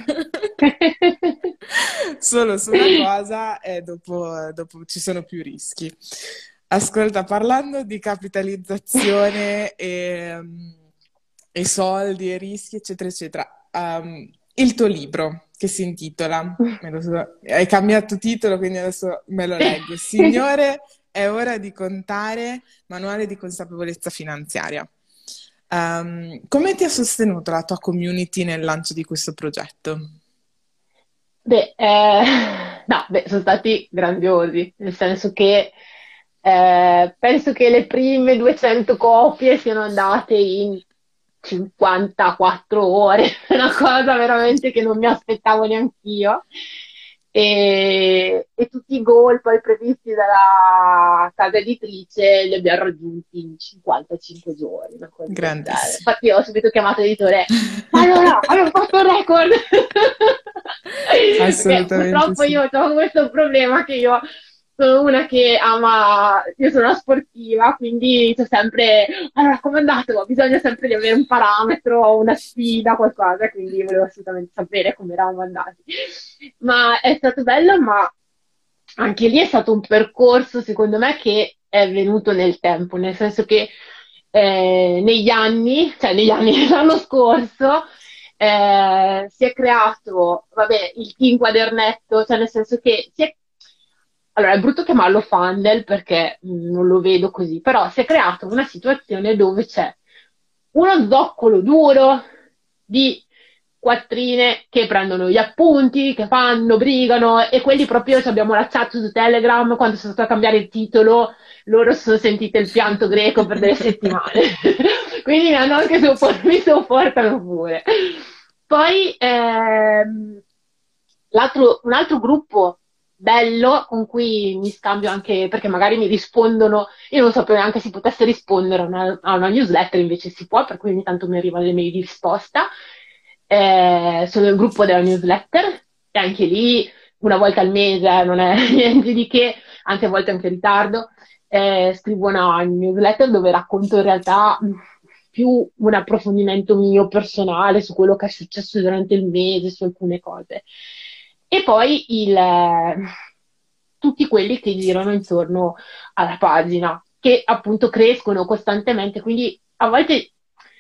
solo su una cosa e dopo, dopo ci sono più rischi. Ascolta, parlando di capitalizzazione e, e soldi e rischi, eccetera, eccetera, um, il tuo libro che si intitola, me lo so- hai cambiato titolo, quindi adesso me lo leggo. Signore, è ora di contare, manuale di consapevolezza finanziaria. Um, come ti ha sostenuto la tua community nel lancio di questo progetto? Beh, eh, no, beh, sono stati grandiosi, nel senso che eh, penso che le prime duecento copie siano andate in cinquantaquattro ore, una cosa veramente che non mi aspettavo neanch'io. E, e tutti i goal poi previsti dalla casa editrice li abbiamo raggiunti in cinquantacinque giorni, una cosa del genere. Grandissimo. Infatti io ho subito chiamato l'editore, ma allora, abbiamo fatto il record! Perché Assolutamente purtroppo sì. io ho questo problema che io sono una che ama, io sono una sportiva, quindi c'è sempre, allora come è andato? Bisogna sempre di avere un parametro, una sfida, qualcosa, quindi volevo assolutamente sapere come eravamo andati. Ma è stato bello, ma anche lì è stato un percorso, secondo me, che è venuto nel tempo, nel senso che eh, negli anni, cioè negli anni, l'anno scorso, eh, si è creato, vabbè, il team quadernetto, cioè nel senso che si è allora, è brutto chiamarlo funnel perché mh, non lo vedo così, però si è creata una situazione dove c'è uno zoccolo duro di quattrine che prendono gli appunti, che fanno, brigano, e quelli proprio ci abbiamo la chat su Telegram, quando sono stata a cambiare il titolo, loro si sono sentite il pianto greco per delle settimane. Quindi mi hanno anche support- mi sopportano pure. Poi ehm, l'altro- un altro gruppo bello con cui mi scambio anche perché magari mi rispondono, io non sapevo neanche si potesse rispondere a una, a una newsletter, invece si può, per cui ogni tanto mi arrivano le mail di risposta. Eh, sono il gruppo della newsletter e anche lì una volta al mese, non è niente di che, anche a volte anche in ritardo, eh, scrivo una newsletter dove racconto in realtà mh, più un approfondimento mio personale su quello che è successo durante il mese, su alcune cose. E poi il, eh, tutti quelli che girano intorno alla pagina, che appunto crescono costantemente, quindi a volte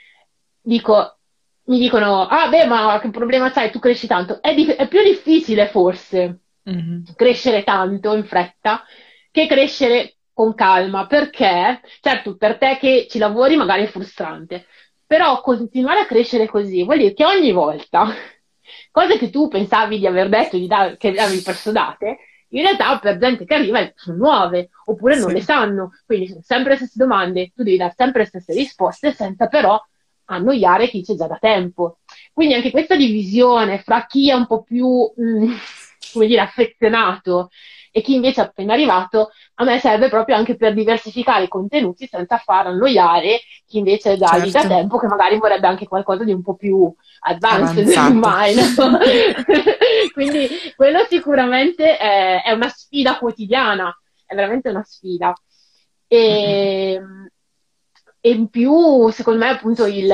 dico, mi dicono, ah beh, ma che problema c'hai, tu cresci tanto. È, di- è più difficile forse Mhm. crescere tanto in fretta che crescere con calma, perché, certo, per te che ci lavori magari è frustrante, però continuare a crescere così vuol dire che ogni volta cose che tu pensavi di aver detto, di da- che avevi perso date, in realtà per gente che arriva sono nuove, oppure non Sì, le sanno, quindi sono sempre le stesse domande, tu devi dare sempre le stesse risposte, senza però annoiare chi c'è già da tempo. Quindi anche questa divisione fra chi è un po' più, mh, come dire, affezionato e chi invece è appena arrivato, a me serve proprio anche per diversificare i contenuti senza far annoiare chi invece è già lì da certo, tempo, che magari vorrebbe anche qualcosa di un po' più advanced in avanzato. mine. Quindi quello sicuramente è, è una sfida quotidiana, è veramente una sfida. Mm-mm. E, e in più, secondo me, appunto, il,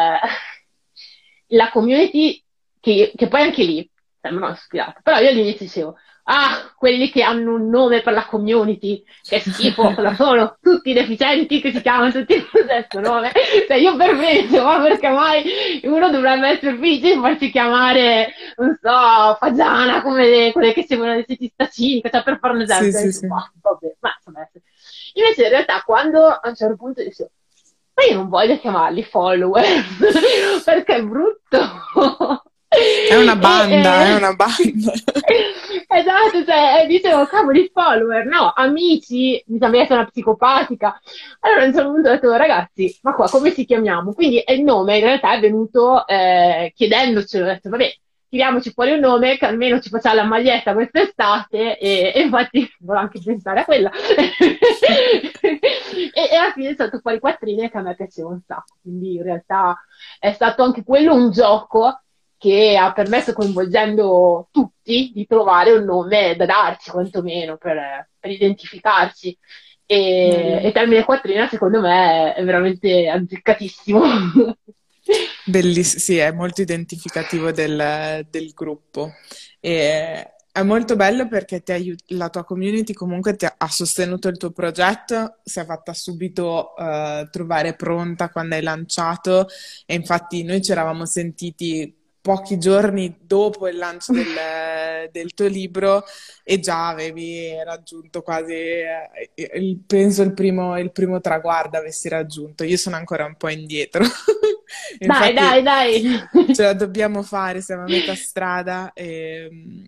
la community, che, che poi anche lì sembra una sfidata, però io all'inizio dicevo, ah, quelli che hanno un nome per la community, che schifo, cosa sono? Tutti deficienti che si chiamano tutti lo stesso nome. Cioè io per me dicevo, ma perché mai uno dovrebbe essere felice di farsi chiamare, non so, Fagiana, come le- quelle che seguono le setista cinque, cioè per fare un Sì, esempio. E sì, dicevo, sì. "Bah, vabbè, ma insomma, invece in realtà quando a un certo punto dicevo, ma io non voglio chiamarli follower, perché è brutto. È una E, banda, è eh, una banda. esatto, cioè, eh, dicevo, cavoli, follower, no, amici, mi sembra essere una psicopatica. Allora a un certo punto ho detto, ragazzi, ma qua come ci chiamiamo? Quindi eh, il nome in realtà è venuto eh, chiedendocelo, ho detto, vabbè, tiriamoci fuori un nome che almeno ci faccia la maglietta quest'estate, e, e infatti volevo anche pensare a quella. e, e alla fine è stato fuori quattrini che a me piaceva un sacco, quindi in realtà è stato anche quello un gioco che ha permesso, coinvolgendo tutti, di trovare un nome da darci, quantomeno, per, per identificarci. E, Bello. e Termine Quattrina, secondo me, è veramente azzeccatissimo. Bellissimo, sì, è molto identificativo del, del gruppo. E è molto bello perché ti aiut- la tua community comunque ti ha, ha sostenuto il tuo progetto, si è fatta subito eh, trovare pronta quando hai lanciato e infatti noi ci eravamo sentiti pochi giorni dopo il lancio del, del tuo libro e già avevi raggiunto quasi, eh, il- penso il primo, il primo traguardo avessi raggiunto. Io sono ancora un po' indietro. Dai, Infatti dai, dai. ce la dobbiamo fare, siamo a metà strada. ehm,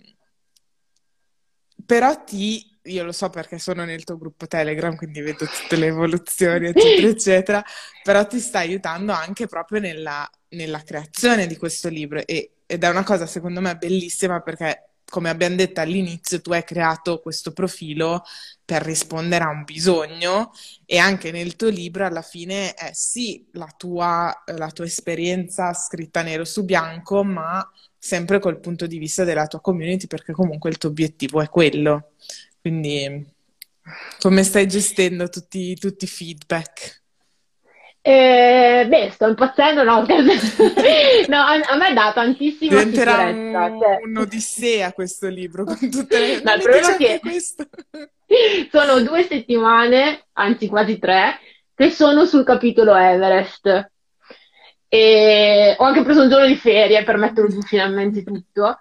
Però ti, io lo so perché sono nel tuo gruppo Telegram, quindi vedo tutte le evoluzioni, eccetera, eccetera, però ti sta aiutando anche proprio nella, nella creazione di questo libro e- ed è una cosa secondo me bellissima perché, come abbiamo detto all'inizio, tu hai creato questo profilo per rispondere a un bisogno e anche nel tuo libro alla fine è sì la tua, la tua esperienza scritta nero su bianco, ma sempre col punto di vista della tua community, perché comunque il tuo obiettivo è quello. Quindi, come stai gestendo tutti, tutti i feedback? Eh, beh, sto impazzendo, no, scherzo. No, a, a me dà tantissima Diventerà sicurezza. un- Cioè. un'odissea questo libro con tutte le... No, Ma il mi dice problema è anche che questo. sono due settimane, anzi quasi tre, che sono sul capitolo Everest. E ho anche preso un giorno di ferie per metterlo giù finalmente tutto.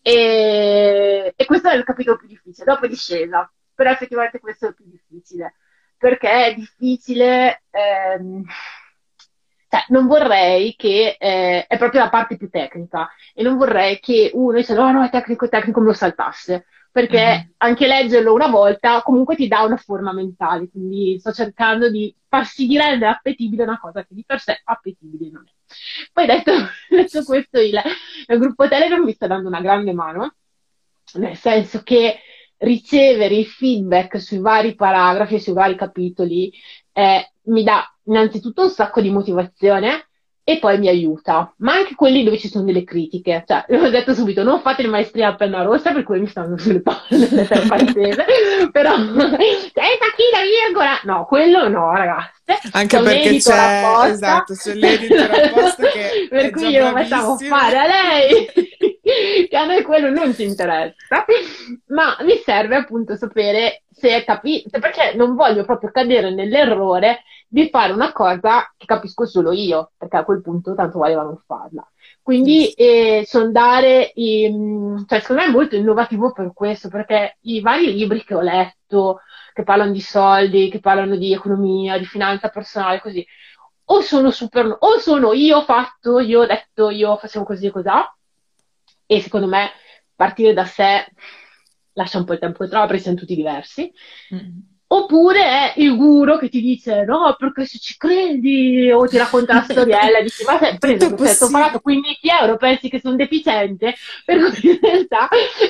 E, e questo è il capitolo più difficile, dopo è discesa, però effettivamente questo è il più difficile, perché è difficile, ehm, cioè non vorrei che, eh, è proprio la parte più tecnica, e non vorrei che uno dice no, no, è tecnico, è tecnico, me lo saltasse, Mhm. perché anche leggerlo una volta comunque ti dà una forma mentale, quindi sto cercando di far sì di rendere appetibile una cosa che di per sé appetibile non è. Poi detto, detto questo, il, il gruppo Telegram mi sta dando una grande mano, nel senso che ricevere i feedback sui vari paragrafi e sui vari capitoli eh, mi dà innanzitutto un sacco di motivazione e poi mi aiuta, ma anche quelli dove ci sono delle critiche, cioè, l'ho detto subito, non fate le maestrie a penna rossa per cui mi stanno sulle palle, lettera francese, però, senza chi la virgola, no, quello no, ragazze, c'è Anche un perché editor c'è, apposta, esatto, c'è l'editor apposta che per è cui già glielo facciamo bravissimo. fare a lei, che a noi quello non ci interessa, ma mi serve appunto sapere se è capito, perché non voglio proprio cadere nell'errore di fare una cosa che capisco solo io, perché a quel punto tanto valeva non farla. Quindi Giusto. eh, sondare, i, cioè secondo me è molto innovativo per questo, perché i vari libri che ho letto, che parlano di soldi, che parlano di economia, di finanza personale, così, o sono super, o sono io ho fatto, io ho detto, io facevo così e cos'ha, e secondo me partire da sé lascia un po' il tempo che trova perché siamo tutti diversi. Mm. Oppure è il guru che ti dice no, perché se ci credi, o ti racconta la storiella e dici ma sei Tutto preso è che cioè, ti ho pagato possibile. quindici euro, pensi che sono deficiente? Per cui in realtà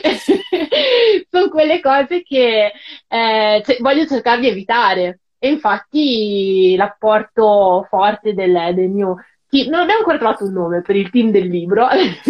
sono quelle cose che eh, cioè, voglio cercare di evitare. E infatti l'apporto forte del, del mio team, non abbiamo ancora trovato un nome per il team del libro,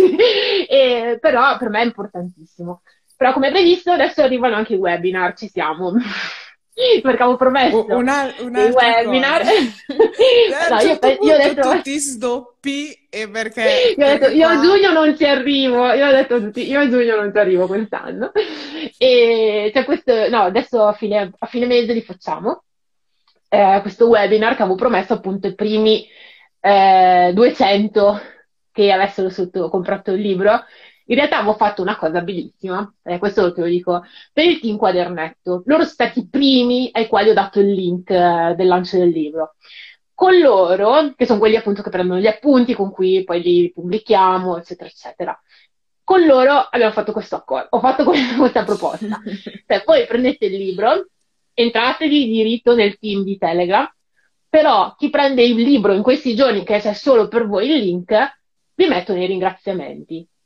e, però per me è importantissimo. Però come previsto adesso arrivano anche i webinar, ci siamo. Perché avevo U- promesso una- dei un'altra webinar. cosa. A un No, io, certo pe- io ho punto detto, tu ti sdoppi e perché, io ho detto, perché io a qua... giugno non ci arrivo, io ho detto a tutti, io a giugno non ci arrivo quest'anno. E c'è questo, no, adesso a fine, a fine mese li facciamo, eh, questo webinar che avevo promesso appunto i primi eh, duecento che avessero sotto, comprato il libro. In realtà avevo fatto una cosa bellissima, eh, questo te lo dico, per il team quadernetto. Loro sono stati i primi ai quali ho dato il link eh, del lancio del libro. Con loro, che sono quelli appunto che prendono gli appunti, con cui poi li pubblichiamo, eccetera, eccetera. Con loro abbiamo fatto questo accordo, ho fatto questa, questa proposta. Cioè, voi prendete il libro, entrate di diritto nel team di Telegram, però chi prende il libro in questi giorni, che c'è solo per voi il link, vi metto nei ringraziamenti.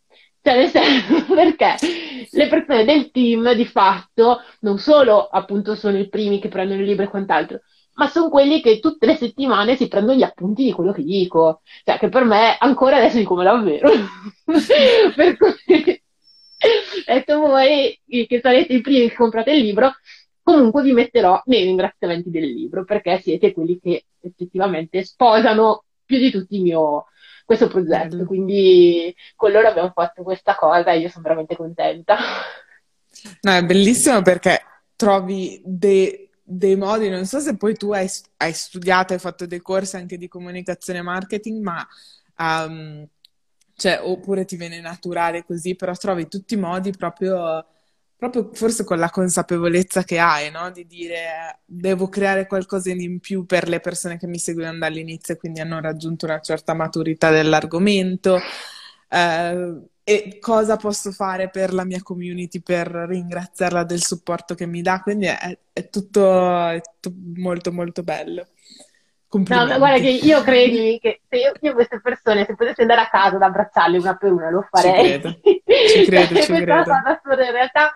Cioè, nel senso, perché le persone del team di fatto non solo appunto sono i primi che prendono il libro e quant'altro, ma sono quelli che tutte le settimane si prendono gli appunti di quello che dico. Cioè, che per me ancora adesso dico, ma davvero? Per cui, ho detto voi che sarete i primi che comprate il libro, comunque vi metterò nei ringraziamenti del libro, perché siete quelli che effettivamente sposano più di tutti il mio, questo progetto. Bello. Quindi con loro abbiamo fatto questa cosa e io sono veramente contenta. No, è bellissimo perché trovi dei, dei modi, non so se poi tu hai, hai studiato, hai fatto dei corsi anche di comunicazione e marketing, ma ehm, cioè, oppure ti viene naturale così, però trovi tutti i modi proprio, proprio forse con la consapevolezza che hai, no? Di dire devo creare qualcosa in più per le persone che mi seguono dall'inizio e quindi hanno raggiunto una certa maturità dell'argomento. Eh, e cosa posso fare per la mia community per ringraziarla del supporto che mi dà? Quindi è, è tutto, è tutto molto molto bello. No, ma guarda che Complimenti. io credimi che se io, io queste persone, se potessi andare a casa ad abbracciarle una per una, lo Ci farei. credo, ci credo, Cioè, ci questa è una credo. cosa assurda in realtà.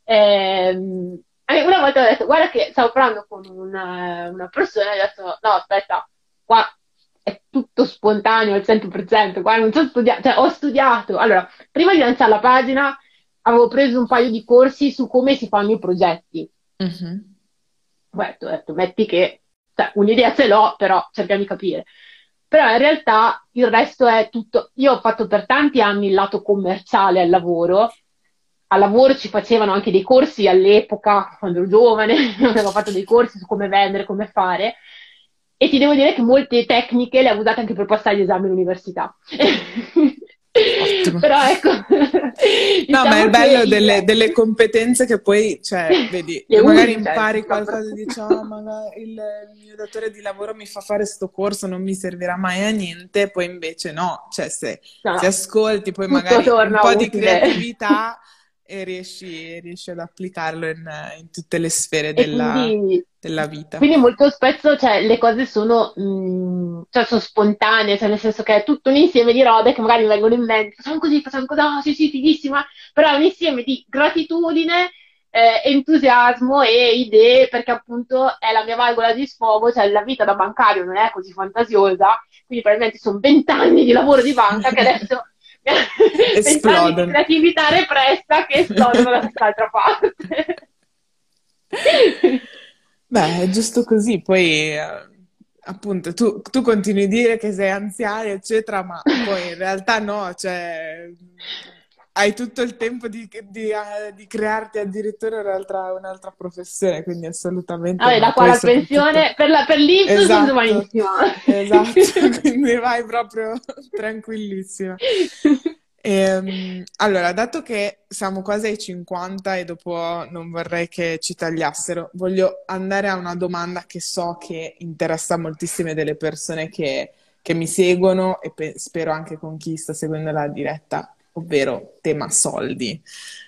Ehm, anche una volta ho detto, guarda che stavo parlando con una, una persona e ho detto, no, aspetta, qua è tutto spontaneo al cento per cento, qua non so studiato, cioè ho studiato. Allora, prima di lanciare la pagina avevo preso un paio di corsi su come si fanno i progetti. Mhm. Guarda, ho detto, metti che, cioè, un'idea ce l'ho, però cerchiamo di capire. Però in realtà il resto è tutto. Io ho fatto per tanti anni il lato commerciale al lavoro. Al lavoro ci facevano anche dei corsi all'epoca, quando ero giovane, avevo fatto dei corsi su come vendere, come fare. E ti devo dire che molte tecniche le ho usate anche per passare gli esami all'università. Ottimo. Però ecco, No, ma è il diciamo che bello il delle, delle resto competenze che poi, cioè, vedi, le magari usi, cioè, impari no, però- qualcosa e dici, oh, ma il, il mio datore di lavoro mi fa fare sto corso, non mi servirà mai a niente, poi invece no, cioè se, no, se no, ascolti poi tutto magari un torna po' di utile. creatività e riesci, riesci ad applicarlo in, in tutte le sfere E della, quindi, della vita. quindi molto spesso cioè, le cose sono, mh, cioè, sono spontanee, cioè nel senso che è tutto un insieme di robe che magari mi vengono in mente, facciamo così, facciamo così, oh, sì, sì, fighissima, però è un insieme di gratitudine, eh, entusiasmo e idee, perché appunto è la mia valvola di sfogo, cioè la vita da bancario non è così fantasiosa, quindi probabilmente sono vent'anni di lavoro di banca che adesso vent'anni di Esplodono. creatività repressa che esplodono da quest'altra parte. Beh, è giusto così, poi eh, appunto tu, tu continui a dire che sei anziana, eccetera, ma poi in realtà no, cioè hai tutto il tempo di, di, eh, di crearti addirittura un'altra un'altra professione, quindi assolutamente Vabbè, no. da qua Poi alla soprattutto, pensione, per la, per l'I N P S sono esatto, giovanissima. esatto, quindi vai proprio tranquillissima. Ehm, allora, dato che siamo quasi ai cinquanta e dopo non vorrei che ci tagliassero, voglio andare a una domanda che so che interessa moltissime delle persone che, che mi seguono e pe- spero anche con chi sta seguendo la diretta, ovvero tema soldi.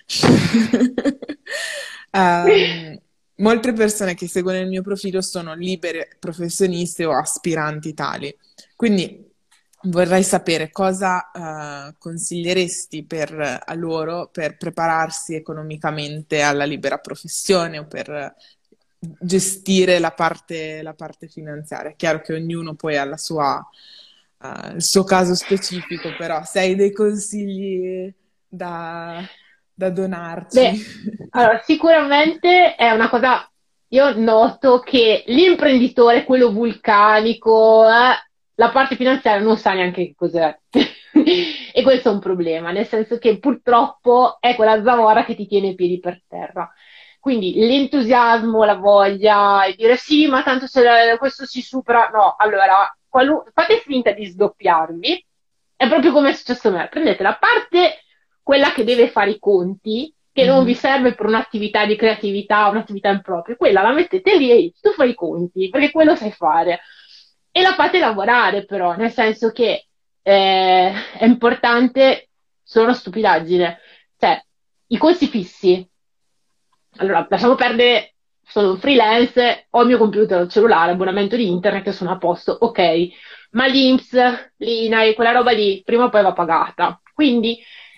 Ehm, molte persone che seguono il mio profilo sono libere professionisti o aspiranti tali. Quindi vorrei sapere cosa eh, consiglieresti per, a loro per prepararsi economicamente alla libera professione o per gestire la parte, la parte finanziaria. È chiaro che ognuno poi ha la sua, eh, il suo caso specifico, però se hai dei consigli da, da donarci. Beh, allora, sicuramente è una cosa, io noto che l'imprenditore, quello vulcanico, eh, la parte finanziaria non sa neanche che cos'è. E questo è un problema, nel senso che purtroppo è quella zavorra che ti tiene i piedi per terra. Quindi l'entusiasmo, la voglia, e dire sì, ma tanto se la- questo si supera. No, allora, qualu- fate finta di sdoppiarvi. È proprio come è successo a me. Prendete la parte, quella che deve fare i conti, che non vi Mhm. serve per un'attività di creatività, un'attività in proprio. Quella la mettete lì e tu fai i conti, perché quello sai fare. E la fate lavorare, però, nel senso che eh, è importante, sono una stupidaggine. Cioè, i costi fissi. Allora, lasciamo perdere, sono un freelance, ho il mio computer, il cellulare, abbonamento di internet, sono a posto, ok. Ma l'I N P S, l'I N A I, quella roba lì, prima o poi va pagata. Quindi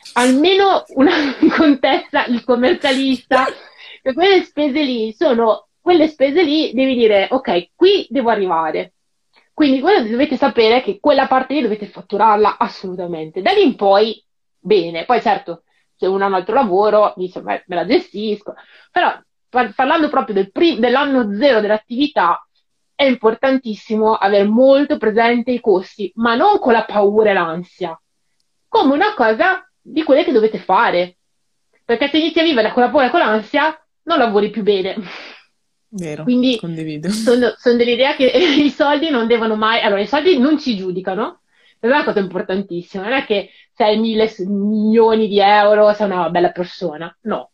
almeno una contessa, il commercialista, che quelle spese lì sono, quelle spese lì devi dire, ok, qui devo arrivare. Quindi quello dovete sapere che quella parte lì dovete fatturarla assolutamente. Da lì in poi, bene. Poi certo, se uno ha un altro lavoro, dice, beh, me la gestisco. Però par- parlando proprio del pri- dell'anno zero dell'attività, è importantissimo avere molto presente i costi, ma non con la paura e l'ansia, come una cosa di quelle che dovete fare. Perché se inizi a vivere con la paura e con l'ansia, non lavori più bene. Vero, Quindi condivido. sono, sono dell'idea che i soldi non devono mai... Allora, i soldi non ci giudicano, questa è una cosa importantissima. Non è che se hai mille s- milioni di euro sei una bella persona. No.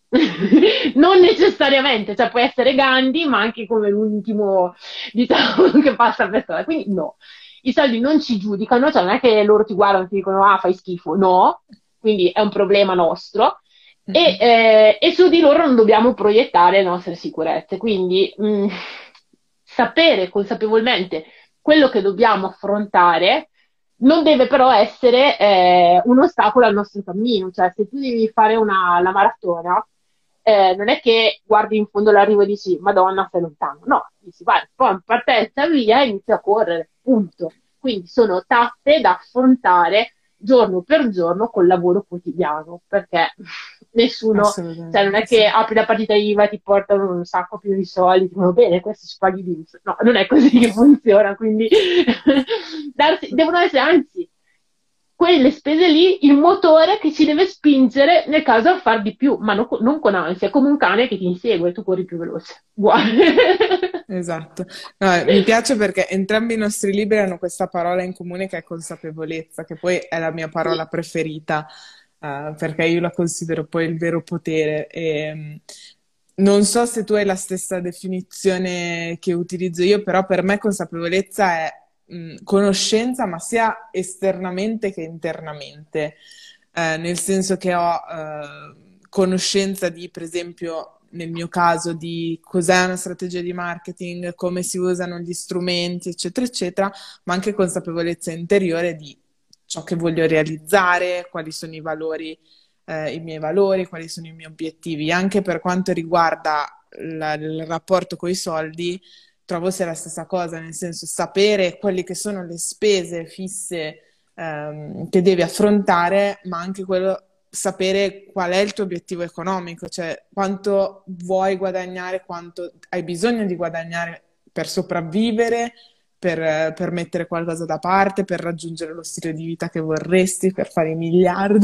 Non necessariamente, cioè puoi essere Gandhi, ma anche come l'ultimo, diciamo, che passa per strada. Quindi no, i soldi non ci giudicano, cioè non è che loro ti guardano e ti dicono ah, fai schifo. No, quindi è un problema nostro e, Mm-mm. eh, e su di loro non dobbiamo proiettare le nostre sicurezze. Quindi mh, sapere consapevolmente quello che dobbiamo affrontare non deve però essere eh, un ostacolo al nostro cammino. Cioè, se tu devi fare una, la maratona, eh, non è che guardi in fondo all'arrivo e dici Madonna, sei lontano. No, dici vai, poi in partenza via e inizi a correre, punto. Quindi sono tappe da affrontare giorno per giorno col lavoro quotidiano, perché nessuno, cioè non è Assolutamente che sì. apri la partita I V A e ti portano un sacco pieno di soldi, dicono bene, questo ci paghi l'I N P S. No, non è così che funziona, quindi darsi, devono essere anzi quelle spese lì il motore che ci deve spingere nel caso a far di più, ma non, co- non con ansia, come un cane che ti insegue e tu corri più veloce. Uguale. Esatto. No, mi piace perché entrambi i nostri libri hanno questa parola in comune che è consapevolezza, che poi è la mia parola Sì. preferita, eh, perché io la considero poi il vero potere. E, mh, non so se tu hai la stessa definizione che utilizzo io, però per me consapevolezza è mh, conoscenza, ma sia esternamente che internamente. Eh, nel senso che ho eh, conoscenza di, per esempio, nel mio caso, di cos'è una strategia di marketing, come si usano gli strumenti, eccetera, eccetera, ma anche consapevolezza interiore di ciò che voglio realizzare, quali sono i valori, eh, i miei valori, quali sono i miei obiettivi. Anche per quanto riguarda la- il rapporto con i soldi, trovo sia la stessa cosa, nel senso sapere quelle che sono le spese fisse ehm, che devi affrontare, ma anche quello, sapere qual è il tuo obiettivo economico, cioè quanto vuoi guadagnare, quanto hai bisogno di guadagnare per sopravvivere, per, eh, per mettere qualcosa da parte, per raggiungere lo stile di vita che vorresti, per fare i miliardi.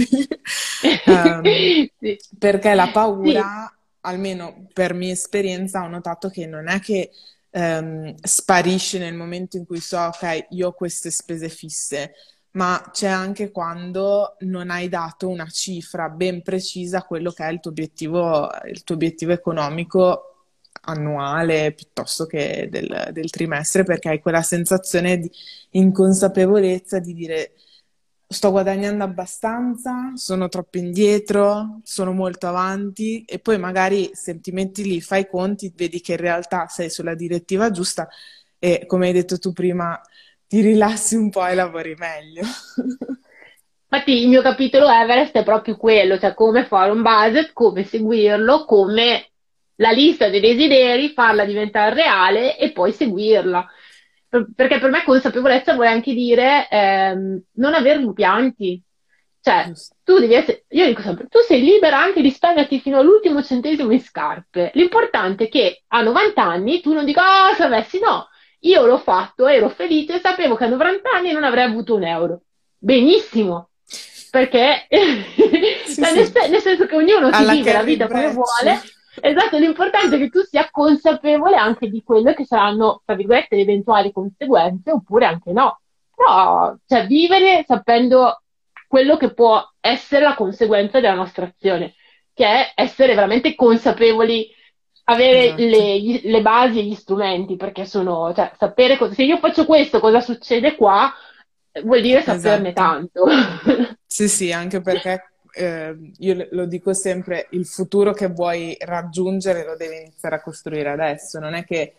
Ehm, Sì. perché la Sì. paura, almeno per mia esperienza, ho notato che non è che ehm, sparisce nel momento in cui so, ok, io ho queste spese fisse, ma c'è anche quando non hai dato una cifra ben precisa a quello che è il tuo obiettivo, il tuo obiettivo economico annuale piuttosto che del, del trimestre, perché hai quella sensazione di inconsapevolezza di dire sto guadagnando abbastanza, sono troppo indietro, sono molto avanti e poi magari se ti metti lì, fai i conti, vedi che in realtà sei sulla direttiva giusta e come hai detto tu prima, ti rilassi un po' e lavori meglio. Infatti il mio capitolo Everest è proprio quello, cioè come fare un budget, come seguirlo, come la lista dei desideri, farla diventare reale e poi seguirla. Per- Perché per me consapevolezza vuole anche dire ehm, non avere rimpianti. Cioè, Giusto. tu devi essere, io dico sempre, tu sei libera anche di spenderti fino all'ultimo centesimo in scarpe. L'importante è che a novanta anni tu non dica, ah, se avessi no, io l'ho fatto, ero felice, sapevo che a novanta anni non avrei avuto un euro. Benissimo, perché Sì, cioè, nel, sì, se- nel senso che ognuno si alla vive la Carrie vita come Bradshaw. vuole. Esatto, l'importante è che tu sia consapevole anche di quelle che saranno, tra virgolette, le eventuali conseguenze, oppure anche no. Però, cioè, vivere sapendo quello che può essere la conseguenza della nostra azione, che è essere veramente consapevoli, avere Esatto, le, gli- le basi e gli strumenti, perché sono, cioè, sapere cosa, se io faccio questo, cosa succede qua, vuol dire saperne esatto. tanto. Sì, sì, anche perché eh, io le- lo dico sempre, il futuro che vuoi raggiungere lo devi iniziare a costruire adesso, non è che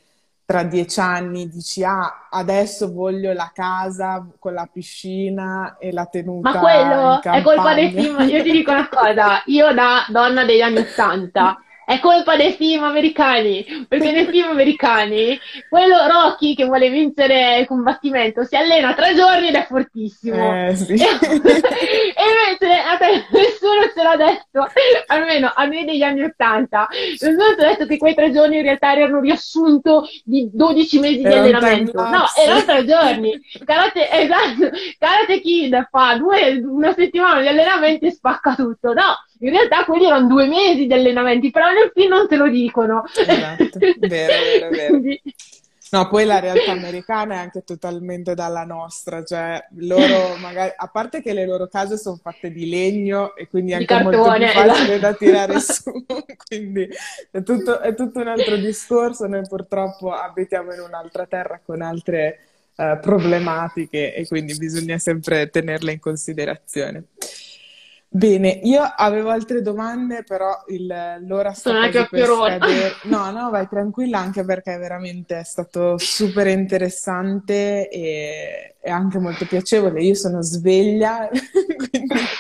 tra dieci anni dici, ah, adesso voglio la casa con la piscina e la Ma tenuta in quello è colpa dei campagna. film, io ti dico una cosa, io da donna degli anni Ottanta, è colpa dei film americani, perché nei film americani, quello Rocky che vuole vincere il combattimento si allena tre giorni ed è fortissimo. Eh sì. E, e invece a te nessuno ce l'ha detto, almeno a me degli anni Ottanta, nessuno ci ha detto che quei tre giorni in realtà erano un riassunto di dodici mesi di Era un time allenamento. No, lapse. erano tre giorni. Karate, esatto, Karate Kid fa due, una settimana di allenamenti e spacca tutto. No, in realtà quelli erano due mesi di allenamenti, però nel film non te lo dicono. Esatto, vero, vero, vero. Quindi, No, poi la realtà americana è anche totalmente dalla nostra, cioè loro magari, a parte che le loro case sono fatte di legno e quindi è di anche molto più cartone, facile da tirare esatto. su, quindi è tutto, è tutto un altro discorso. Noi purtroppo abitiamo in un'altra terra con altre eh, problematiche e quindi bisogna sempre tenerle in considerazione. Bene, io avevo altre domande, però il- l'ora sta Sono una quasi per chiacchierona. scadere. No, no, vai tranquilla, anche perché veramente è stato super interessante e, e anche molto piacevole. Io sono sveglia, quindi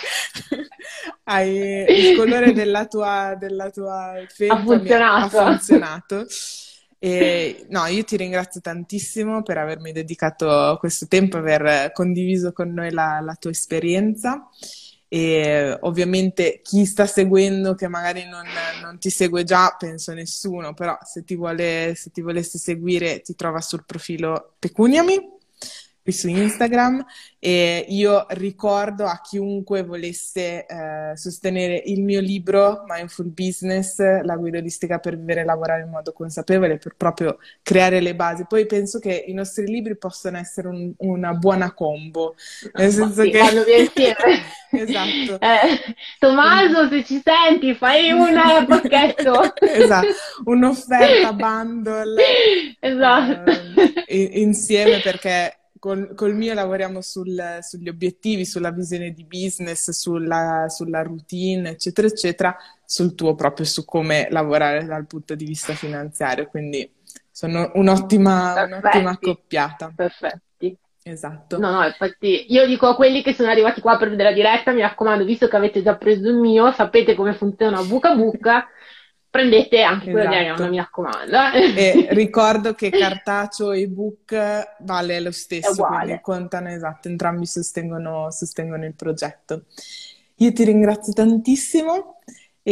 hai- il colore della tua, della tua Ha felpa mi ha, ha funzionato. funzionato. E, no, io ti ringrazio tantissimo per avermi dedicato questo tempo, aver condiviso con noi la la tua esperienza. E ovviamente chi sta seguendo, che magari non, non ti segue già, penso nessuno, però se ti vuole, se ti volesse seguire ti trova sul profilo Pecuniami, qui su Instagram, e io ricordo a chiunque volesse eh, sostenere il mio libro Mindful Business, la guida olistica per vivere e lavorare in modo consapevole, per proprio creare le basi. Poi penso che i nostri libri possano essere un- una buona combo, nel Ma senso sì, che... vanno via insieme. Esatto. Eh, Un- Tommaso, se ci senti, fai un eh, pacchetto. Esatto, un'offerta bundle Esatto. eh, i- insieme perché col, col mio lavoriamo sul- sugli obiettivi, sulla visione di business, sulla, sulla routine, eccetera, eccetera, sul tuo proprio su come lavorare dal punto di vista finanziario. Quindi sono un'ottima un'ottima Perfetti, accoppiata. perfetti. Esatto, No, no, infatti io dico a quelli che sono arrivati qua per vedere la diretta, mi raccomando, visto che avete già preso il mio, sapete come funziona Buca Buca, prendete anche quello di Arianna, mi esatto. raccomando. E Eh. ricordo che cartaceo e ebook vale lo È stesso, quindi uguale. contano, esatto, entrambi sostengono, sostengono il progetto. Io ti ringrazio tantissimo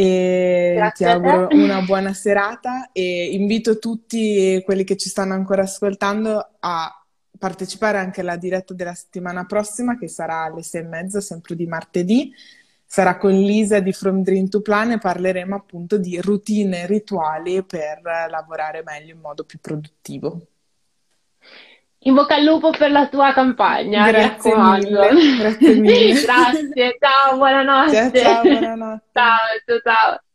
e ti Grazie a te. auguro una buona serata e invito tutti quelli che ci stanno ancora ascoltando a partecipare anche alla diretta della settimana prossima, che sarà alle sei e mezza, sempre di martedì. Sarà con Lisa di From Dream to Plan e parleremo appunto di routine e rituali per lavorare meglio in modo più produttivo. In bocca al lupo per la tua campagna, mi Grazie raccomando. mille, grazie mille. Grazie, ciao, Ciao buonanotte. ciao, buonanotte. Ciao, ciao, ciao.